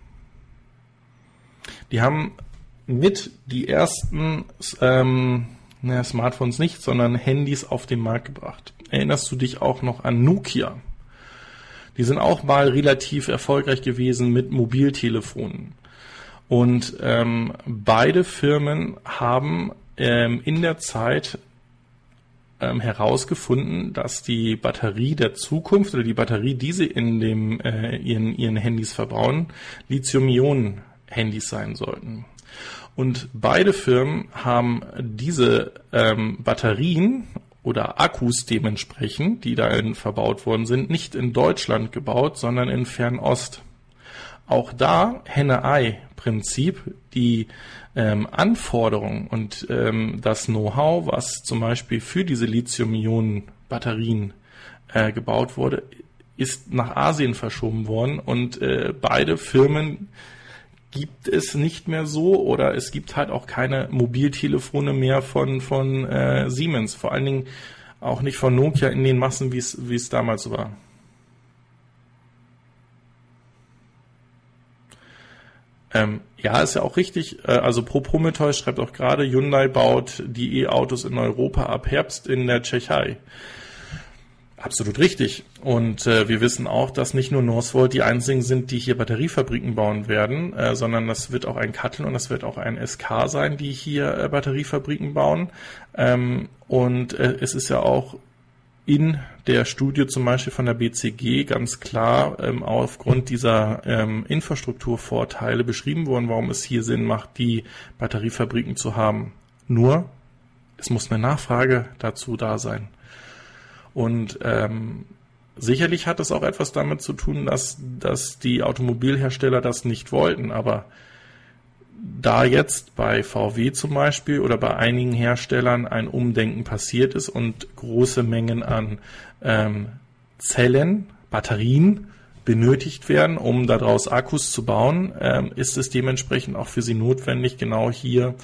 Die haben mit die ersten Smartphones nicht, sondern Handys auf den Markt gebracht. Erinnerst du dich auch noch an Nokia? Die sind auch mal relativ erfolgreich gewesen mit Mobiltelefonen. Und beide Firmen haben in der Zeit herausgefunden, dass die Batterie der Zukunft oder die Batterie, die sie in ihren Handys verbauen, Lithium-Ionen-Handys sein sollten. Und beide Firmen haben diese Batterien oder Akkus dementsprechend, die darin verbaut worden sind, nicht in Deutschland gebaut, sondern in Fernost. Auch da Henne-Ei-Prinzip, die Anforderungen und das Know-how, was zum Beispiel für diese Lithium-Ionen-Batterien gebaut wurde, ist nach Asien verschoben worden und beide Firmen gibt es nicht mehr so oder es gibt halt auch keine Mobiltelefone mehr von Siemens, vor allen Dingen auch nicht von Nokia in den Massen, wie es damals war. Ja, ist ja auch richtig. Also Prometheus schreibt auch gerade, Hyundai baut die E-Autos in Europa ab Herbst in der Tschechei. Absolut richtig. Und wir wissen auch, dass nicht nur Northvolt die einzigen sind, die hier Batteriefabriken bauen werden, sondern das wird auch ein Cuttle und das wird auch ein SK sein, die hier Batteriefabriken bauen. Und es ist ja auch in der Studie zum Beispiel von der BCG ganz klar aufgrund dieser Infrastrukturvorteile beschrieben worden, warum es hier Sinn macht, die Batteriefabriken zu haben. Nur, es muss eine Nachfrage dazu da sein. Und sicherlich hat es auch etwas damit zu tun, dass die Automobilhersteller das nicht wollten. Aber da jetzt bei VW zum Beispiel oder bei einigen Herstellern ein Umdenken passiert ist und große Mengen an Zellen, Batterien benötigt werden, um daraus Akkus zu bauen, ist es dementsprechend auch für sie notwendig, genau hier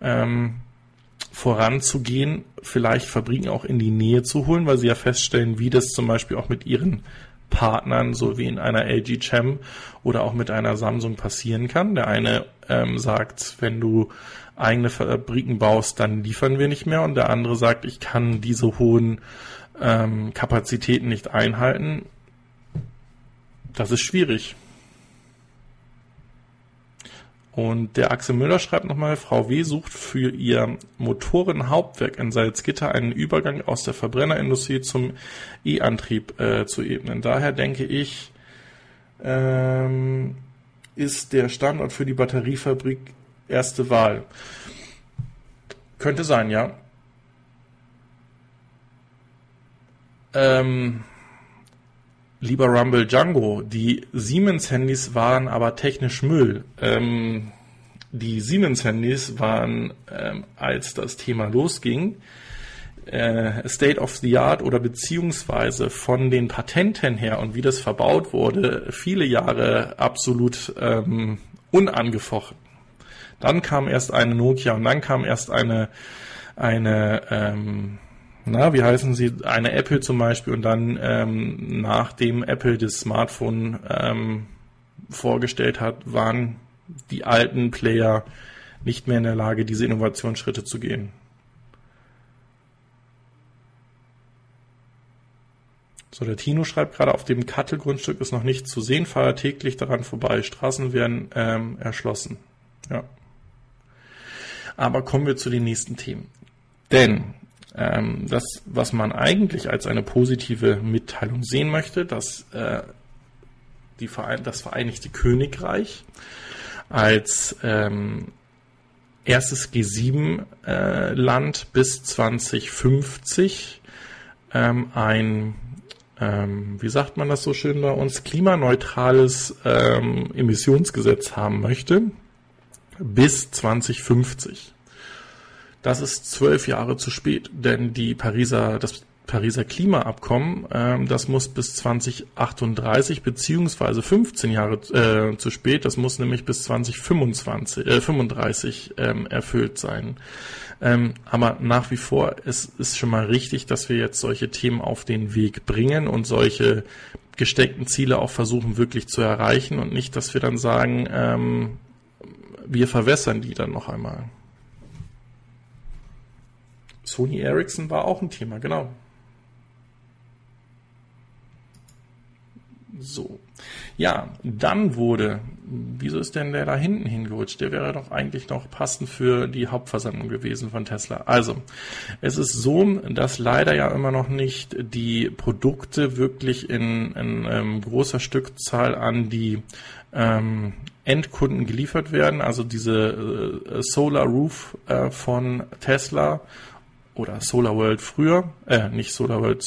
voranzugehen, vielleicht Fabriken auch in die Nähe zu holen, weil sie ja feststellen, wie das zum Beispiel auch mit ihren Partnern, so wie in einer LG Chem oder auch mit einer Samsung passieren kann. Der eine sagt, wenn du eigene Fabriken baust, dann liefern wir nicht mehr, und der andere sagt, ich kann diese hohen Kapazitäten nicht einhalten. Das ist schwierig. Und der Axel Müller schreibt nochmal, VW sucht für ihr Motorenhauptwerk in Salzgitter einen Übergang aus der Verbrennerindustrie zum E-Antrieb zu ebnen. Daher denke ich, ist der Standort für die Batteriefabrik erste Wahl. Könnte sein, ja. Lieber Rumble Django, die Siemens-Handys waren aber technisch Müll. Die Siemens-Handys waren, als das Thema losging, State of the Art oder beziehungsweise von den Patenten her und wie das verbaut wurde, viele Jahre absolut unangefochten. Dann kam erst eine Nokia und dann kam erst eine wie heißen sie, eine Apple zum Beispiel, und dann nachdem Apple das Smartphone vorgestellt hat, waren die alten Player nicht mehr in der Lage, diese Innovationsschritte zu gehen. So, der Tino schreibt gerade, auf dem Cuttle-Grundstück ist noch nichts zu sehen, fahre täglich daran vorbei, Straßen werden erschlossen. Ja. Aber kommen wir zu den nächsten Themen. Denn Das, was man eigentlich als eine positive Mitteilung sehen möchte, dass das Vereinigte Königreich als erstes G7-Land bis 2050 wie sagt man das so schön bei uns, klimaneutrales Emissionsgesetz haben möchte bis 2050. Das ist 12 Jahre zu spät, denn das Pariser Klimaabkommen, das muss bis 2038 beziehungsweise 15 Jahre zu spät, das muss nämlich bis 2035 erfüllt sein. Aber nach wie vor, es ist schon mal richtig, dass wir jetzt solche Themen auf den Weg bringen und solche gesteckten Ziele auch versuchen wirklich zu erreichen und nicht, dass wir dann sagen, wir verwässern die dann noch einmal. Sony Ericsson war auch ein Thema, genau. So. Ja, dann wieso ist denn der da hinten hingerutscht? Der wäre doch eigentlich noch passend für die Hauptversammlung gewesen von Tesla. Also, es ist so, dass leider ja immer noch nicht die Produkte wirklich in großer Stückzahl an die Endkunden geliefert werden. Also diese Solar Roof von Tesla oder Solar World früher, nicht Solar World,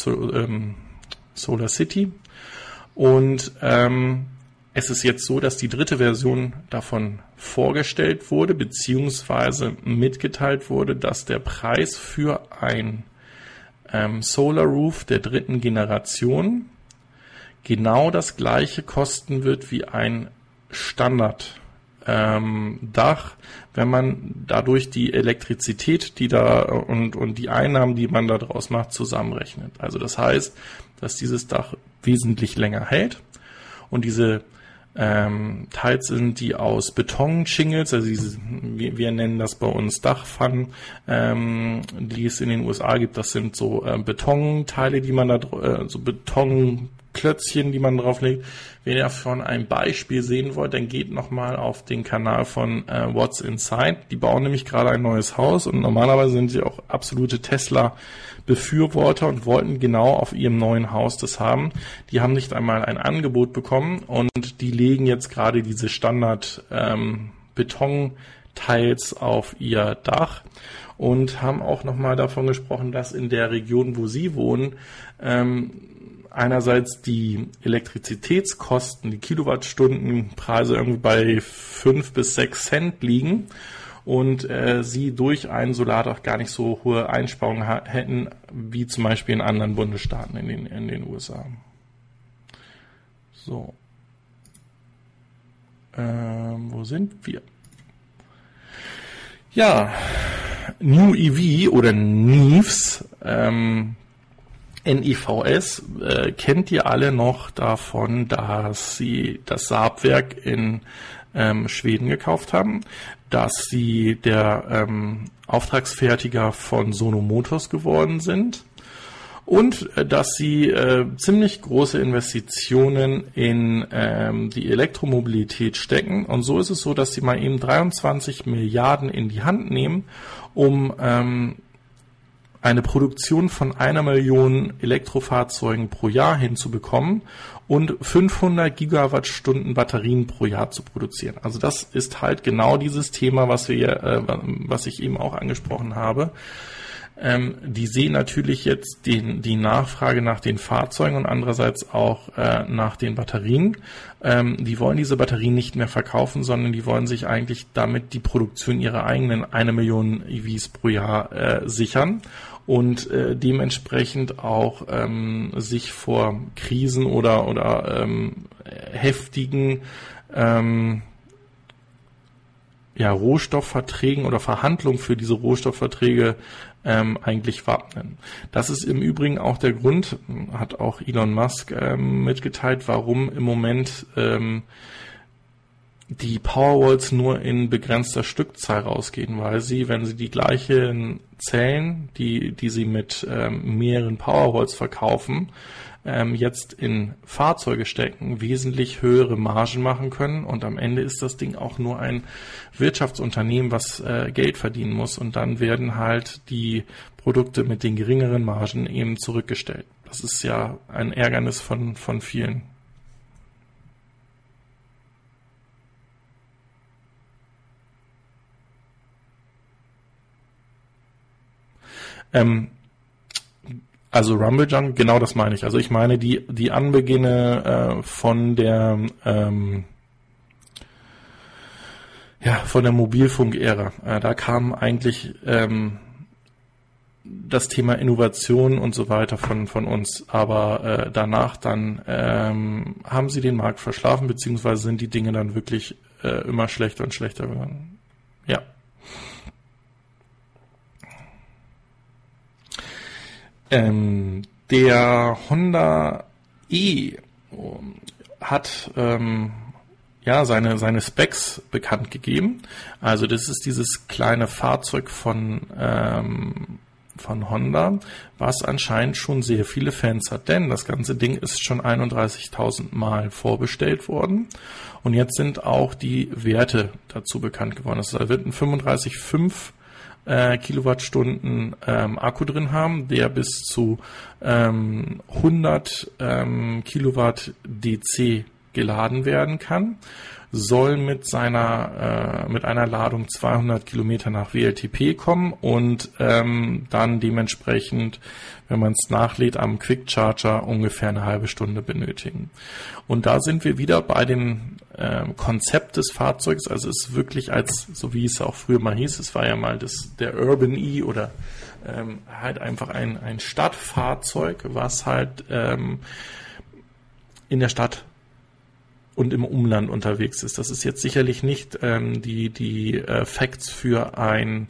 Solar City. Und es ist jetzt so, dass die dritte Version davon vorgestellt wurde, beziehungsweise mitgeteilt wurde, dass der Preis für ein Solar Roof der dritten Generation genau das gleiche kosten wird wie ein Standard Dach, wenn man dadurch die Elektrizität, die da und die Einnahmen, die man da draus macht, zusammenrechnet. Also das heißt, dass dieses Dach wesentlich länger hält und diese teils sind die aus Beton-Shingles, also wir nennen das bei uns Dachpfannen, die es in den USA gibt. Das sind so Betonteile, die man da, so Betonklötzchen, die man drauflegt. Wenn ihr davon ein Beispiel sehen wollt, dann geht nochmal auf den Kanal von What's Inside. Die bauen nämlich gerade ein neues Haus und normalerweise sind sie auch absolute Tesla-Befürworter und wollten genau auf ihrem neuen Haus das haben. Die haben nicht einmal ein Angebot bekommen und die legen jetzt gerade diese Standard Betonteils auf ihr Dach und haben auch nochmal davon gesprochen, dass in der Region, wo sie wohnen, einerseits die Elektrizitätskosten, die Kilowattstundenpreise irgendwie bei 5 bis 6 Cent liegen und sie durch ein Solardach gar nicht so hohe Einsparungen hätten, wie zum Beispiel in anderen Bundesstaaten in den USA. So. Wo sind wir? Ja, New EV oder NEVs, NIVS, kennt ihr alle noch davon, dass sie das Saab-Werk in Schweden gekauft haben, dass sie der Auftragsfertiger von Sono Motors geworden sind und dass sie ziemlich große Investitionen in die Elektromobilität stecken. Und so ist es so, dass sie mal eben 23 Milliarden in die Hand nehmen, um eine Produktion von 1 Million Elektrofahrzeugen pro Jahr hinzubekommen und 500 Gigawattstunden Batterien pro Jahr zu produzieren. Also das ist halt genau dieses Thema, was ich eben auch angesprochen habe. Die sehen natürlich jetzt die Nachfrage nach den Fahrzeugen und andererseits auch nach den Batterien. Die wollen diese Batterien nicht mehr verkaufen, sondern die wollen sich eigentlich damit die Produktion ihrer eigenen 1 Million EVs pro Jahr sichern und dementsprechend auch sich vor Krisen oder heftigen Rohstoffverträgen oder Verhandlungen für diese Rohstoffverträge eigentlich wappnen. Das ist im Übrigen auch der Grund, hat auch Elon Musk mitgeteilt, warum im Moment die Powerwalls nur in begrenzter Stückzahl rausgehen, weil sie, wenn sie die gleichen Zellen, die sie mit mehreren Powerwalls verkaufen, jetzt in Fahrzeuge stecken, wesentlich höhere Margen machen können und am Ende ist das Ding auch nur ein Wirtschaftsunternehmen, was Geld verdienen muss und dann werden halt die Produkte mit den geringeren Margen eben zurückgestellt. Das ist ja ein Ärgernis von vielen. Also Rumble Junk, genau das meine ich. Also ich meine die Anbeginne von der von der Mobilfunk-Ära. Da kam eigentlich das Thema Innovation und so weiter von uns. Aber danach dann haben sie den Markt verschlafen, beziehungsweise sind die Dinge dann wirklich immer schlechter und schlechter geworden. Ja. Der Honda E hat seine Specs bekannt gegeben. Also das ist dieses kleine Fahrzeug von Honda, was anscheinend schon sehr viele Fans hat, denn das ganze Ding ist schon 31.000 Mal vorbestellt worden und jetzt sind auch die Werte dazu bekannt geworden. Es wird ein 35,5 Kilowattstunden Akku drin haben, der bis zu 100 Kilowatt DC geladen werden kann, soll mit einer Ladung 200 Kilometer nach WLTP kommen und dann dementsprechend, wenn man es nachlädt, am Quick Charger ungefähr eine halbe Stunde benötigen. Und da sind wir wieder bei dem Konzept des Fahrzeugs, also es ist wirklich so wie es auch früher mal hieß, es war ja mal der Urban E oder halt einfach ein Stadtfahrzeug, was halt in der Stadt und im Umland unterwegs ist. Das ist jetzt sicherlich nicht die Facts für ein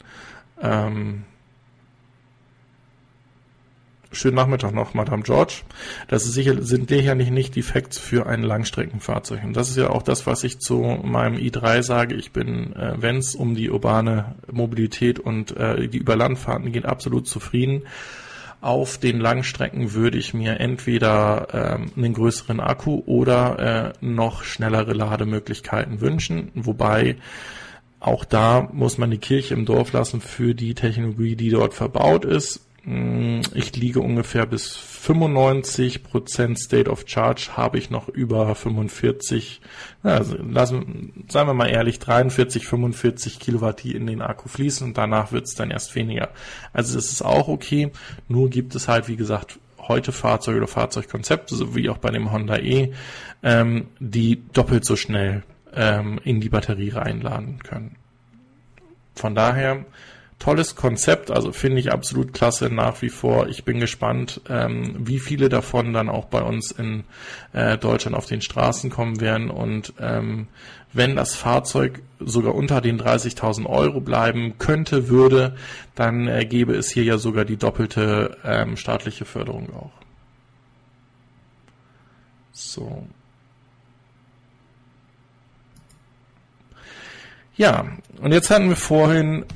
schönen Nachmittag noch, Madame George. Das ist sind sicherlich nicht die Facts für ein Langstreckenfahrzeug. Und das ist ja auch das, was ich zu meinem i3 sage. Ich bin, wenn es um die urbane Mobilität und die Überlandfahrten geht, absolut zufrieden. Auf den Langstrecken würde ich mir entweder einen größeren Akku oder noch schnellere Lademöglichkeiten wünschen, wobei auch da muss man die Kirche im Dorf lassen für die Technologie, die dort verbaut ist. Ich liege ungefähr bis 95% State of Charge, habe ich noch über 45, sagen wir mal ehrlich, 43, 45 Kilowatt, die in den Akku fließen und danach wird es dann erst weniger. Also das ist auch okay, nur gibt es halt, wie gesagt, heute Fahrzeuge oder Fahrzeugkonzepte, so wie auch bei dem Honda E, die doppelt so schnell in die Batterie reinladen können. Von daher tolles Konzept, also finde ich absolut klasse nach wie vor. Ich bin gespannt, wie viele davon dann auch bei uns in Deutschland auf den Straßen kommen werden und wenn das Fahrzeug sogar unter den 30.000 Euro bleiben würde, dann gäbe es hier ja sogar die doppelte staatliche Förderung auch. So. Ja, und jetzt hatten wir vorhin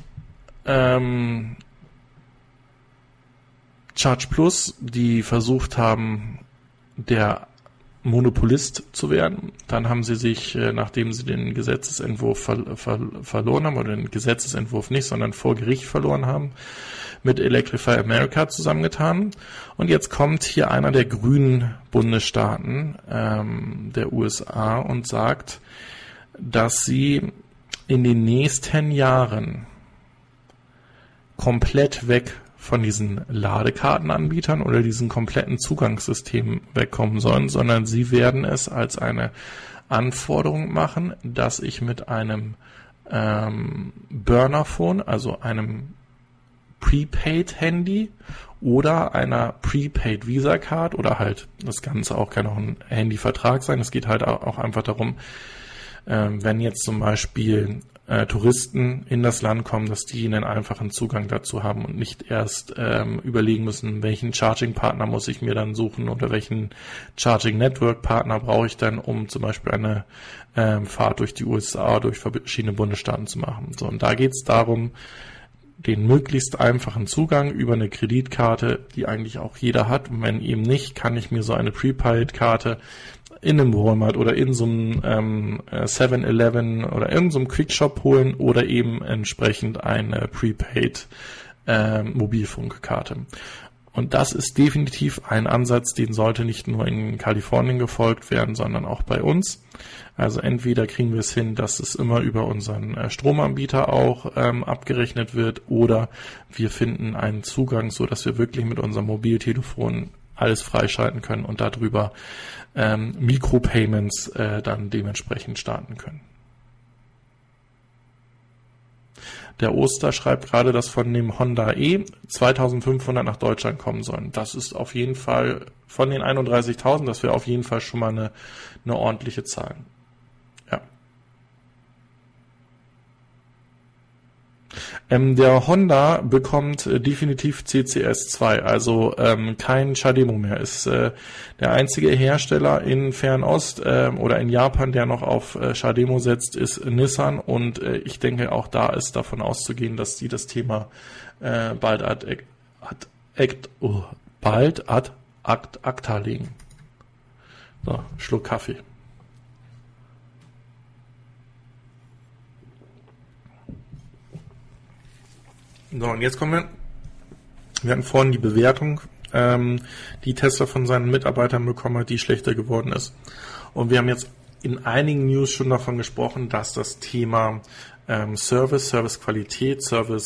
Charge Plus, die versucht haben, der Monopolist zu werden. Dann haben sie sich, nachdem sie den Gesetzesentwurf verloren haben, oder den Gesetzesentwurf nicht, sondern vor Gericht verloren haben, mit Electrify America zusammengetan. Und jetzt kommt hier einer der grünen Bundesstaaten der USA und sagt, dass sie in den nächsten Jahren komplett weg von diesen Ladekartenanbietern oder diesen kompletten Zugangssystemen wegkommen sollen, sondern sie werden es als eine Anforderung machen, dass ich mit einem Burnerphone, also einem Prepaid-Handy oder einer Prepaid Visa-Card oder halt, das Ganze auch kann auch ein Handyvertrag sein, es geht halt auch einfach darum, wenn jetzt zum Beispiel Touristen in das Land kommen, dass die einen einfachen Zugang dazu haben und nicht erst überlegen müssen, welchen Charging-Partner muss ich mir dann suchen oder welchen Charging-Network-Partner brauche ich dann, um zum Beispiel eine Fahrt durch die USA, durch verschiedene Bundesstaaten zu machen. So, und da geht es darum, den möglichst einfachen Zugang über eine Kreditkarte, die eigentlich auch jeder hat. Und wenn eben nicht, kann ich mir so eine Prepaid-Karte in einem Walmart oder in so einem 7-Eleven oder irgend so einem Quickshop holen oder eben entsprechend eine Prepaid Mobilfunkkarte. Und das ist definitiv ein Ansatz, den sollte nicht nur in Kalifornien gefolgt werden, sondern auch bei uns. Also entweder kriegen wir es hin, dass es immer über unseren Stromanbieter auch abgerechnet wird, oder wir finden einen Zugang, so dass wir wirklich mit unserem Mobiltelefon alles freischalten können und darüber Mikropayments dann dementsprechend starten können. Der Oster schreibt gerade, dass von dem Honda E 2500 nach Deutschland kommen sollen. Das ist auf jeden Fall von den 31.000, das wäre auf jeden Fall schon mal eine ordentliche Zahl. Ja. Der Honda bekommt definitiv CCS2, also kein CHAdeMO mehr. Ist der einzige Hersteller in Fernost oder in Japan, der noch auf CHAdeMO setzt, ist Nissan, und ich denke, auch da ist davon auszugehen, dass die das Thema bald ad acta legen. So, Schluck Kaffee. So, und jetzt kommen wir hatten vorhin die Bewertung, die Tesla von seinen Mitarbeitern bekommen hat, die schlechter geworden ist. Und wir haben jetzt in einigen News schon davon gesprochen, dass das Thema Servicequalität,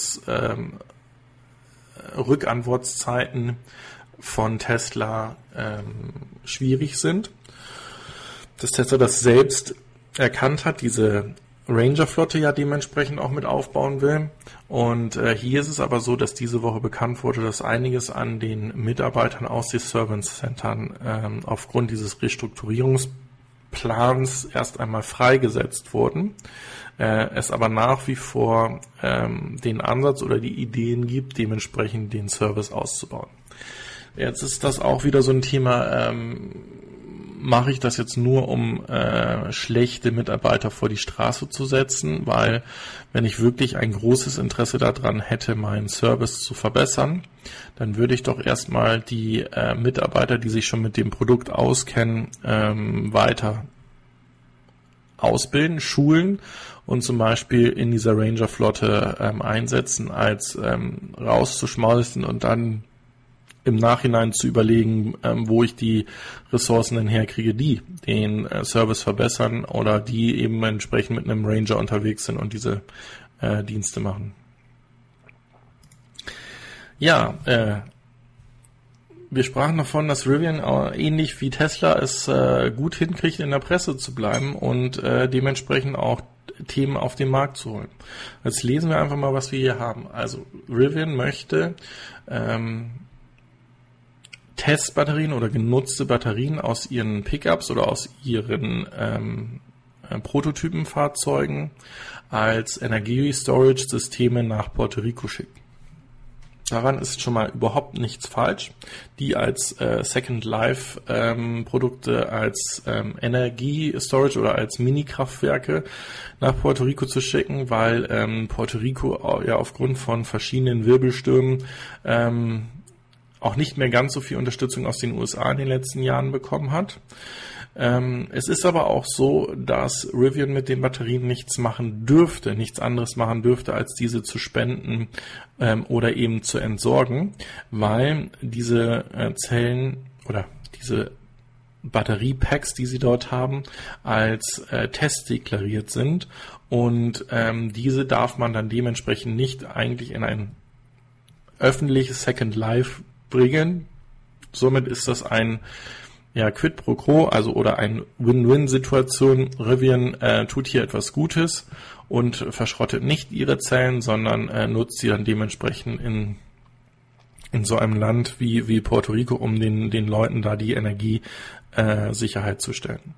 Rückantwortzeiten von Tesla schwierig sind. Dass Tesla das selbst erkannt hat, diese Ranger-Flotte ja dementsprechend auch mit aufbauen will. Und hier ist es aber so, dass diese Woche bekannt wurde, dass einiges an den Mitarbeitern aus den Service Centern aufgrund dieses Restrukturierungsplans erst einmal freigesetzt wurden. Es aber nach wie vor den Ansatz oder die Ideen gibt, dementsprechend den Service auszubauen. Jetzt ist das auch wieder so ein Thema, mache ich das jetzt nur, um schlechte Mitarbeiter vor die Straße zu setzen, weil wenn ich wirklich ein großes Interesse daran hätte, meinen Service zu verbessern, dann würde ich doch erstmal die Mitarbeiter, die sich schon mit dem Produkt auskennen, weiter ausbilden, schulen und zum Beispiel in dieser Ranger-Flotte einsetzen, als rauszuschmeißen und dann im Nachhinein zu überlegen, wo ich die Ressourcen denn herkriege, die den Service verbessern oder die eben entsprechend mit einem Ranger unterwegs sind und diese Dienste machen. Ja, wir sprachen davon, dass Rivian ähnlich wie Tesla es gut hinkriegt, in der Presse zu bleiben und dementsprechend auch Themen auf den Markt zu holen. Jetzt lesen wir einfach mal, was wir hier haben. Also Rivian möchte Testbatterien oder genutzte Batterien aus ihren Pickups oder aus ihren Prototypenfahrzeugen als Energie-Storage-Systeme nach Puerto Rico schicken. Daran ist schon mal überhaupt nichts falsch, die als Second Life Produkte als Energie-Storage oder als Mini-Kraftwerke nach Puerto Rico zu schicken, weil Puerto Rico ja aufgrund von verschiedenen Wirbelstürmen auch nicht mehr ganz so viel Unterstützung aus den USA in den letzten Jahren bekommen hat. Es ist aber auch so, dass Rivian mit den Batterien nichts anderes machen dürfte, als diese zu spenden oder eben zu entsorgen, weil diese Zellen oder diese Batteriepacks, die sie dort haben, als testdeklariert sind, und diese darf man dann dementsprechend nicht eigentlich in ein öffentliches Second Life bringen. Somit ist das ein Quid pro quo, also oder ein Win-Win-Situation. Rivian tut hier etwas Gutes und verschrottet nicht ihre Zellen, sondern nutzt sie dann dementsprechend in so einem Land wie Puerto Rico, um den Leuten da die Energiesicherheit zu stellen.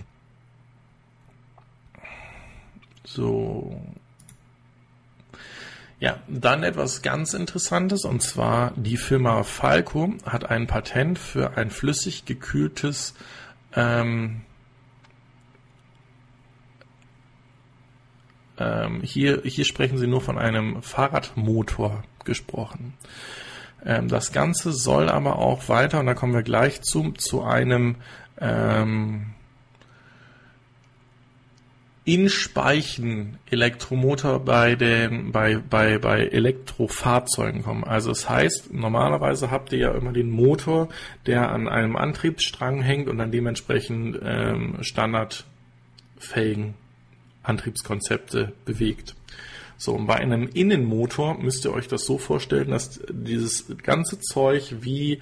So. Ja, dann etwas ganz Interessantes, und zwar die Firma Falco hat ein Patent für ein flüssig gekühltes hier sprechen sie nur von einem Fahrradmotor gesprochen. Das Ganze soll aber auch weiter, und da kommen wir gleich zu einem In-Speichen-Elektromotor bei Elektrofahrzeugen kommen. Also es heißt, normalerweise habt ihr ja immer den Motor, der an einem Antriebsstrang hängt und dann dementsprechend standardfähigen Antriebskonzepte bewegt. So, und bei einem Innenmotor müsst ihr euch das so vorstellen, dass dieses ganze Zeug wie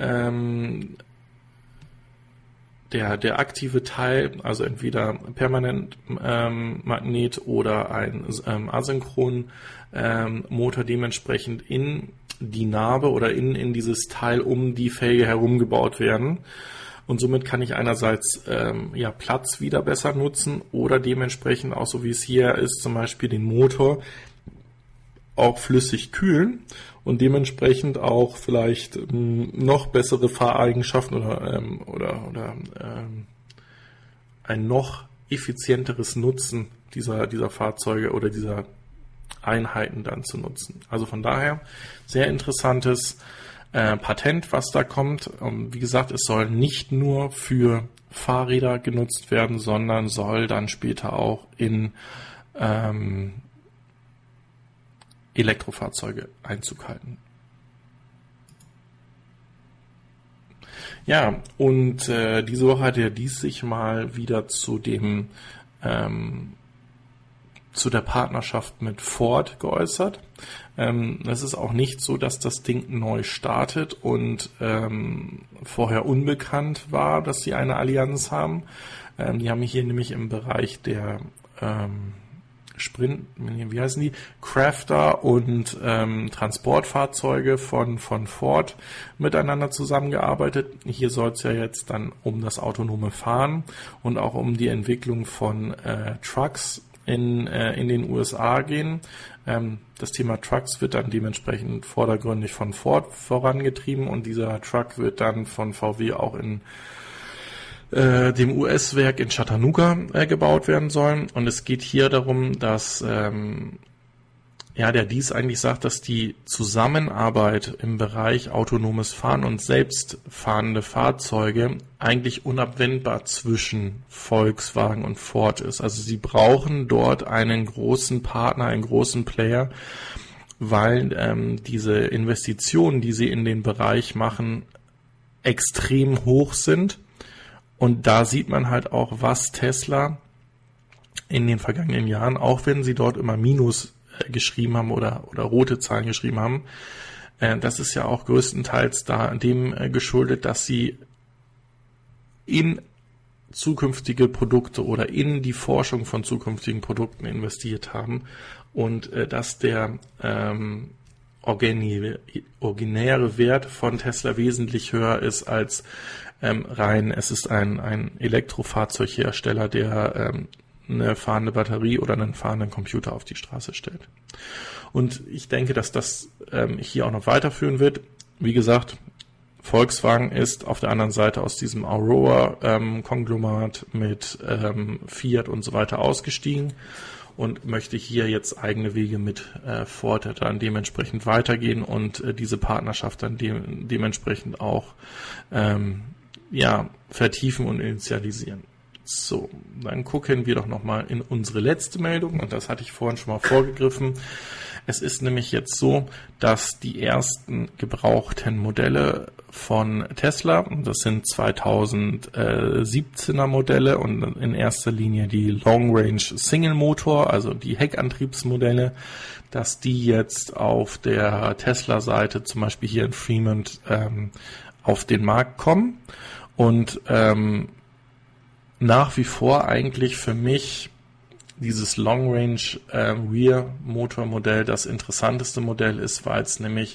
der aktive Teil, also entweder Permanentmagnet oder ein Asynchron Motor dementsprechend in die Narbe oder in dieses Teil um die Felge herum gebaut werden. Und somit kann ich einerseits Platz wieder besser nutzen oder dementsprechend auch, so wie es hier ist, zum Beispiel den Motor auch flüssig kühlen und dementsprechend auch vielleicht noch bessere Fahreigenschaften oder ein noch effizienteres Nutzen dieser Fahrzeuge oder dieser Einheiten dann zu nutzen. Also von daher sehr interessantes Patent, was da kommt. Wie gesagt, es soll nicht nur für Fahrräder genutzt werden, sondern soll dann später auch in Elektrofahrzeuge Einzug halten. Ja, und diese Woche hat der Dies sich mal wieder zu der Partnerschaft mit Ford geäußert. Es ist auch nicht so, dass das Ding neu startet und vorher unbekannt war, dass sie eine Allianz haben. Die haben hier nämlich im Bereich der Crafter und Transportfahrzeuge von Ford miteinander zusammengearbeitet. Hier soll es ja jetzt dann um das autonome Fahren und auch um die Entwicklung von Trucks in den USA gehen. Das Thema Trucks wird dann dementsprechend vordergründig von Ford vorangetrieben und dieser Truck wird dann von VW auch in dem US-Werk in Chattanooga gebaut werden sollen. Und es geht hier darum, dass der Dies eigentlich sagt, dass die Zusammenarbeit im Bereich autonomes Fahren und selbstfahrende Fahrzeuge eigentlich unabwendbar zwischen Volkswagen und Ford ist. Also sie brauchen dort einen großen Partner, einen großen Player, weil diese Investitionen, die sie in den Bereich machen, extrem hoch sind. Und da sieht man halt auch, was Tesla in den vergangenen Jahren, auch wenn sie dort immer Minus geschrieben haben oder rote Zahlen geschrieben haben, das ist ja auch größtenteils dem geschuldet, dass sie in zukünftige Produkte oder in die Forschung von zukünftigen Produkten investiert haben und dass der originäre Wert von Tesla wesentlich höher ist als es ist ein Elektrofahrzeughersteller, der eine fahrende Batterie oder einen fahrenden Computer auf die Straße stellt. Und ich denke, dass das hier auch noch weiterführen wird. Wie gesagt, Volkswagen ist auf der anderen Seite aus diesem Aurora-Konglomerat mit Fiat und so weiter ausgestiegen und möchte hier jetzt eigene Wege mit Ford dann dementsprechend weitergehen und diese Partnerschaft dann dementsprechend auch vertiefen und initialisieren. So, dann gucken wir doch nochmal in unsere letzte Meldung und das hatte ich vorhin schon mal vorgegriffen. Es ist nämlich jetzt so, dass die ersten gebrauchten Modelle von Tesla, das sind 2017er Modelle und in erster Linie die Long Range Single Motor, also die Heckantriebsmodelle, dass die jetzt auf der Tesla-Seite, zum Beispiel hier in Fremont, auf den Markt kommen. Und nach wie vor eigentlich für mich dieses Long Range Rear Motor Modell das interessanteste Modell ist, weil es nämlich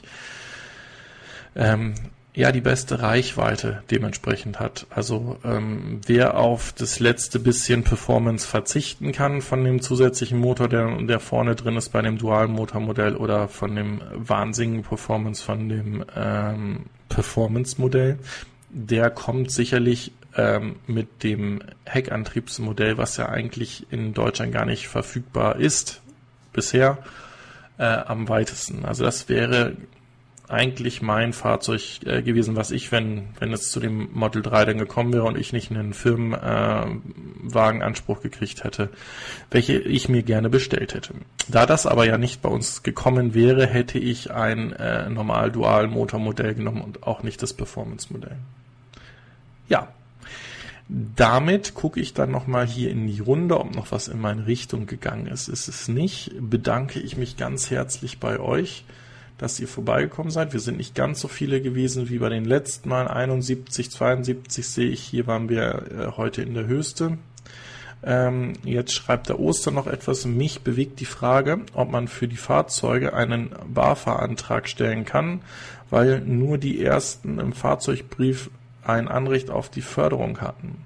die beste Reichweite dementsprechend hat. Also wer auf das letzte bisschen Performance verzichten kann von dem zusätzlichen Motor, der vorne drin ist bei dem Dual-Motor-Modell oder von dem wahnsinnigen Performance von dem Performance-Modell, der kommt sicherlich mit dem Heckantriebsmodell, was ja eigentlich in Deutschland gar nicht verfügbar ist, bisher am weitesten. Also das wäre eigentlich mein Fahrzeug gewesen, was ich, wenn es zu dem Model 3 dann gekommen wäre und ich nicht einen Firmenwagenanspruch gekriegt hätte, welche ich mir gerne bestellt hätte. Da das aber ja nicht bei uns gekommen wäre, hätte ich ein normal Dual-Motor-Modell genommen und auch nicht das Performance-Modell. Ja, damit gucke ich dann nochmal hier in die Runde, ob noch was in meine Richtung gegangen ist. Ist es nicht, bedanke ich mich ganz herzlich bei euch, dass ihr vorbeigekommen seid. Wir sind nicht ganz so viele gewesen wie bei den letzten Mal. 71, 72 sehe ich. Hier waren wir heute in der Höchste. Jetzt schreibt der Oster noch etwas. Mich bewegt die Frage, ob man für die Fahrzeuge einen BAFA-Antrag stellen kann, weil nur die ersten im Fahrzeugbrief ein Anrecht auf die Förderung hatten.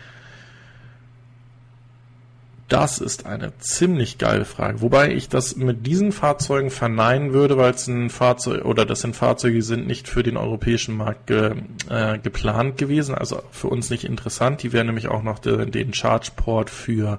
Das ist eine ziemlich geile Frage, wobei ich das mit diesen Fahrzeugen verneinen würde, weil es ein Fahrzeug oder das sind Fahrzeuge, die sind nicht für den europäischen Markt geplant gewesen, also für uns nicht interessant. Die werden nämlich auch noch den Chargeport für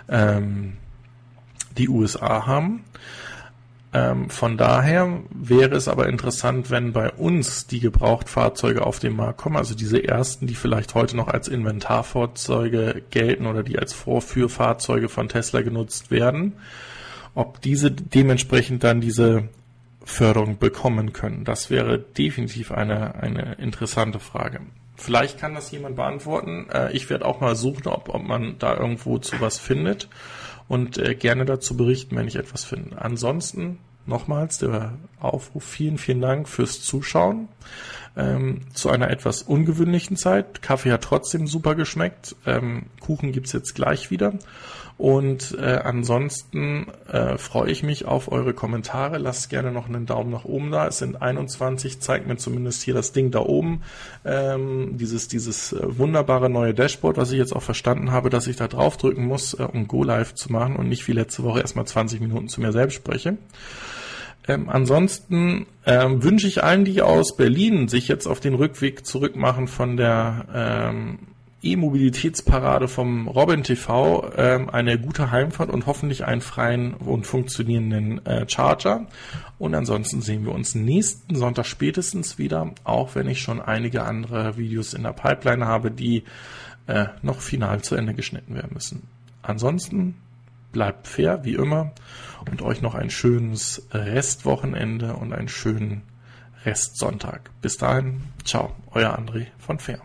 die USA haben. Von daher wäre es aber interessant, wenn bei uns die Gebrauchtfahrzeuge auf den Markt kommen, also diese ersten, die vielleicht heute noch als Inventarfahrzeuge gelten oder die als Vorführfahrzeuge von Tesla genutzt werden, ob diese dementsprechend dann diese Förderung bekommen können. Das wäre definitiv eine interessante Frage. Vielleicht kann das jemand beantworten. Ich werde auch mal suchen, ob man da irgendwo zu was findet. Und gerne dazu berichten, wenn ich etwas finde. Ansonsten nochmals der Aufruf, vielen, vielen Dank fürs Zuschauen. Zu einer etwas ungewöhnlichen Zeit. Kaffee hat trotzdem super geschmeckt. Kuchen gibt's jetzt gleich wieder. Und ansonsten freue ich mich auf eure Kommentare. Lasst gerne noch einen Daumen nach oben da. Es sind 21. Zeigt mir zumindest hier das Ding da oben. Dieses wunderbare neue Dashboard, was ich jetzt auch verstanden habe, dass ich da drauf drücken muss, um Go Live zu machen und nicht wie letzte Woche erstmal 20 Minuten zu mir selbst spreche. Ansonsten wünsche ich allen, die aus Berlin sich jetzt auf den Rückweg zurückmachen von der E-Mobilitätsparade vom Robin TV, eine gute Heimfahrt und hoffentlich einen freien und funktionierenden Charger. Und ansonsten sehen wir uns nächsten Sonntag spätestens wieder, auch wenn ich schon einige andere Videos in der Pipeline habe, die noch final zu Ende geschnitten werden müssen. Ansonsten bleibt fair, wie immer, und euch noch ein schönes Restwochenende und einen schönen Restsonntag. Bis dahin, ciao, euer André von Fair.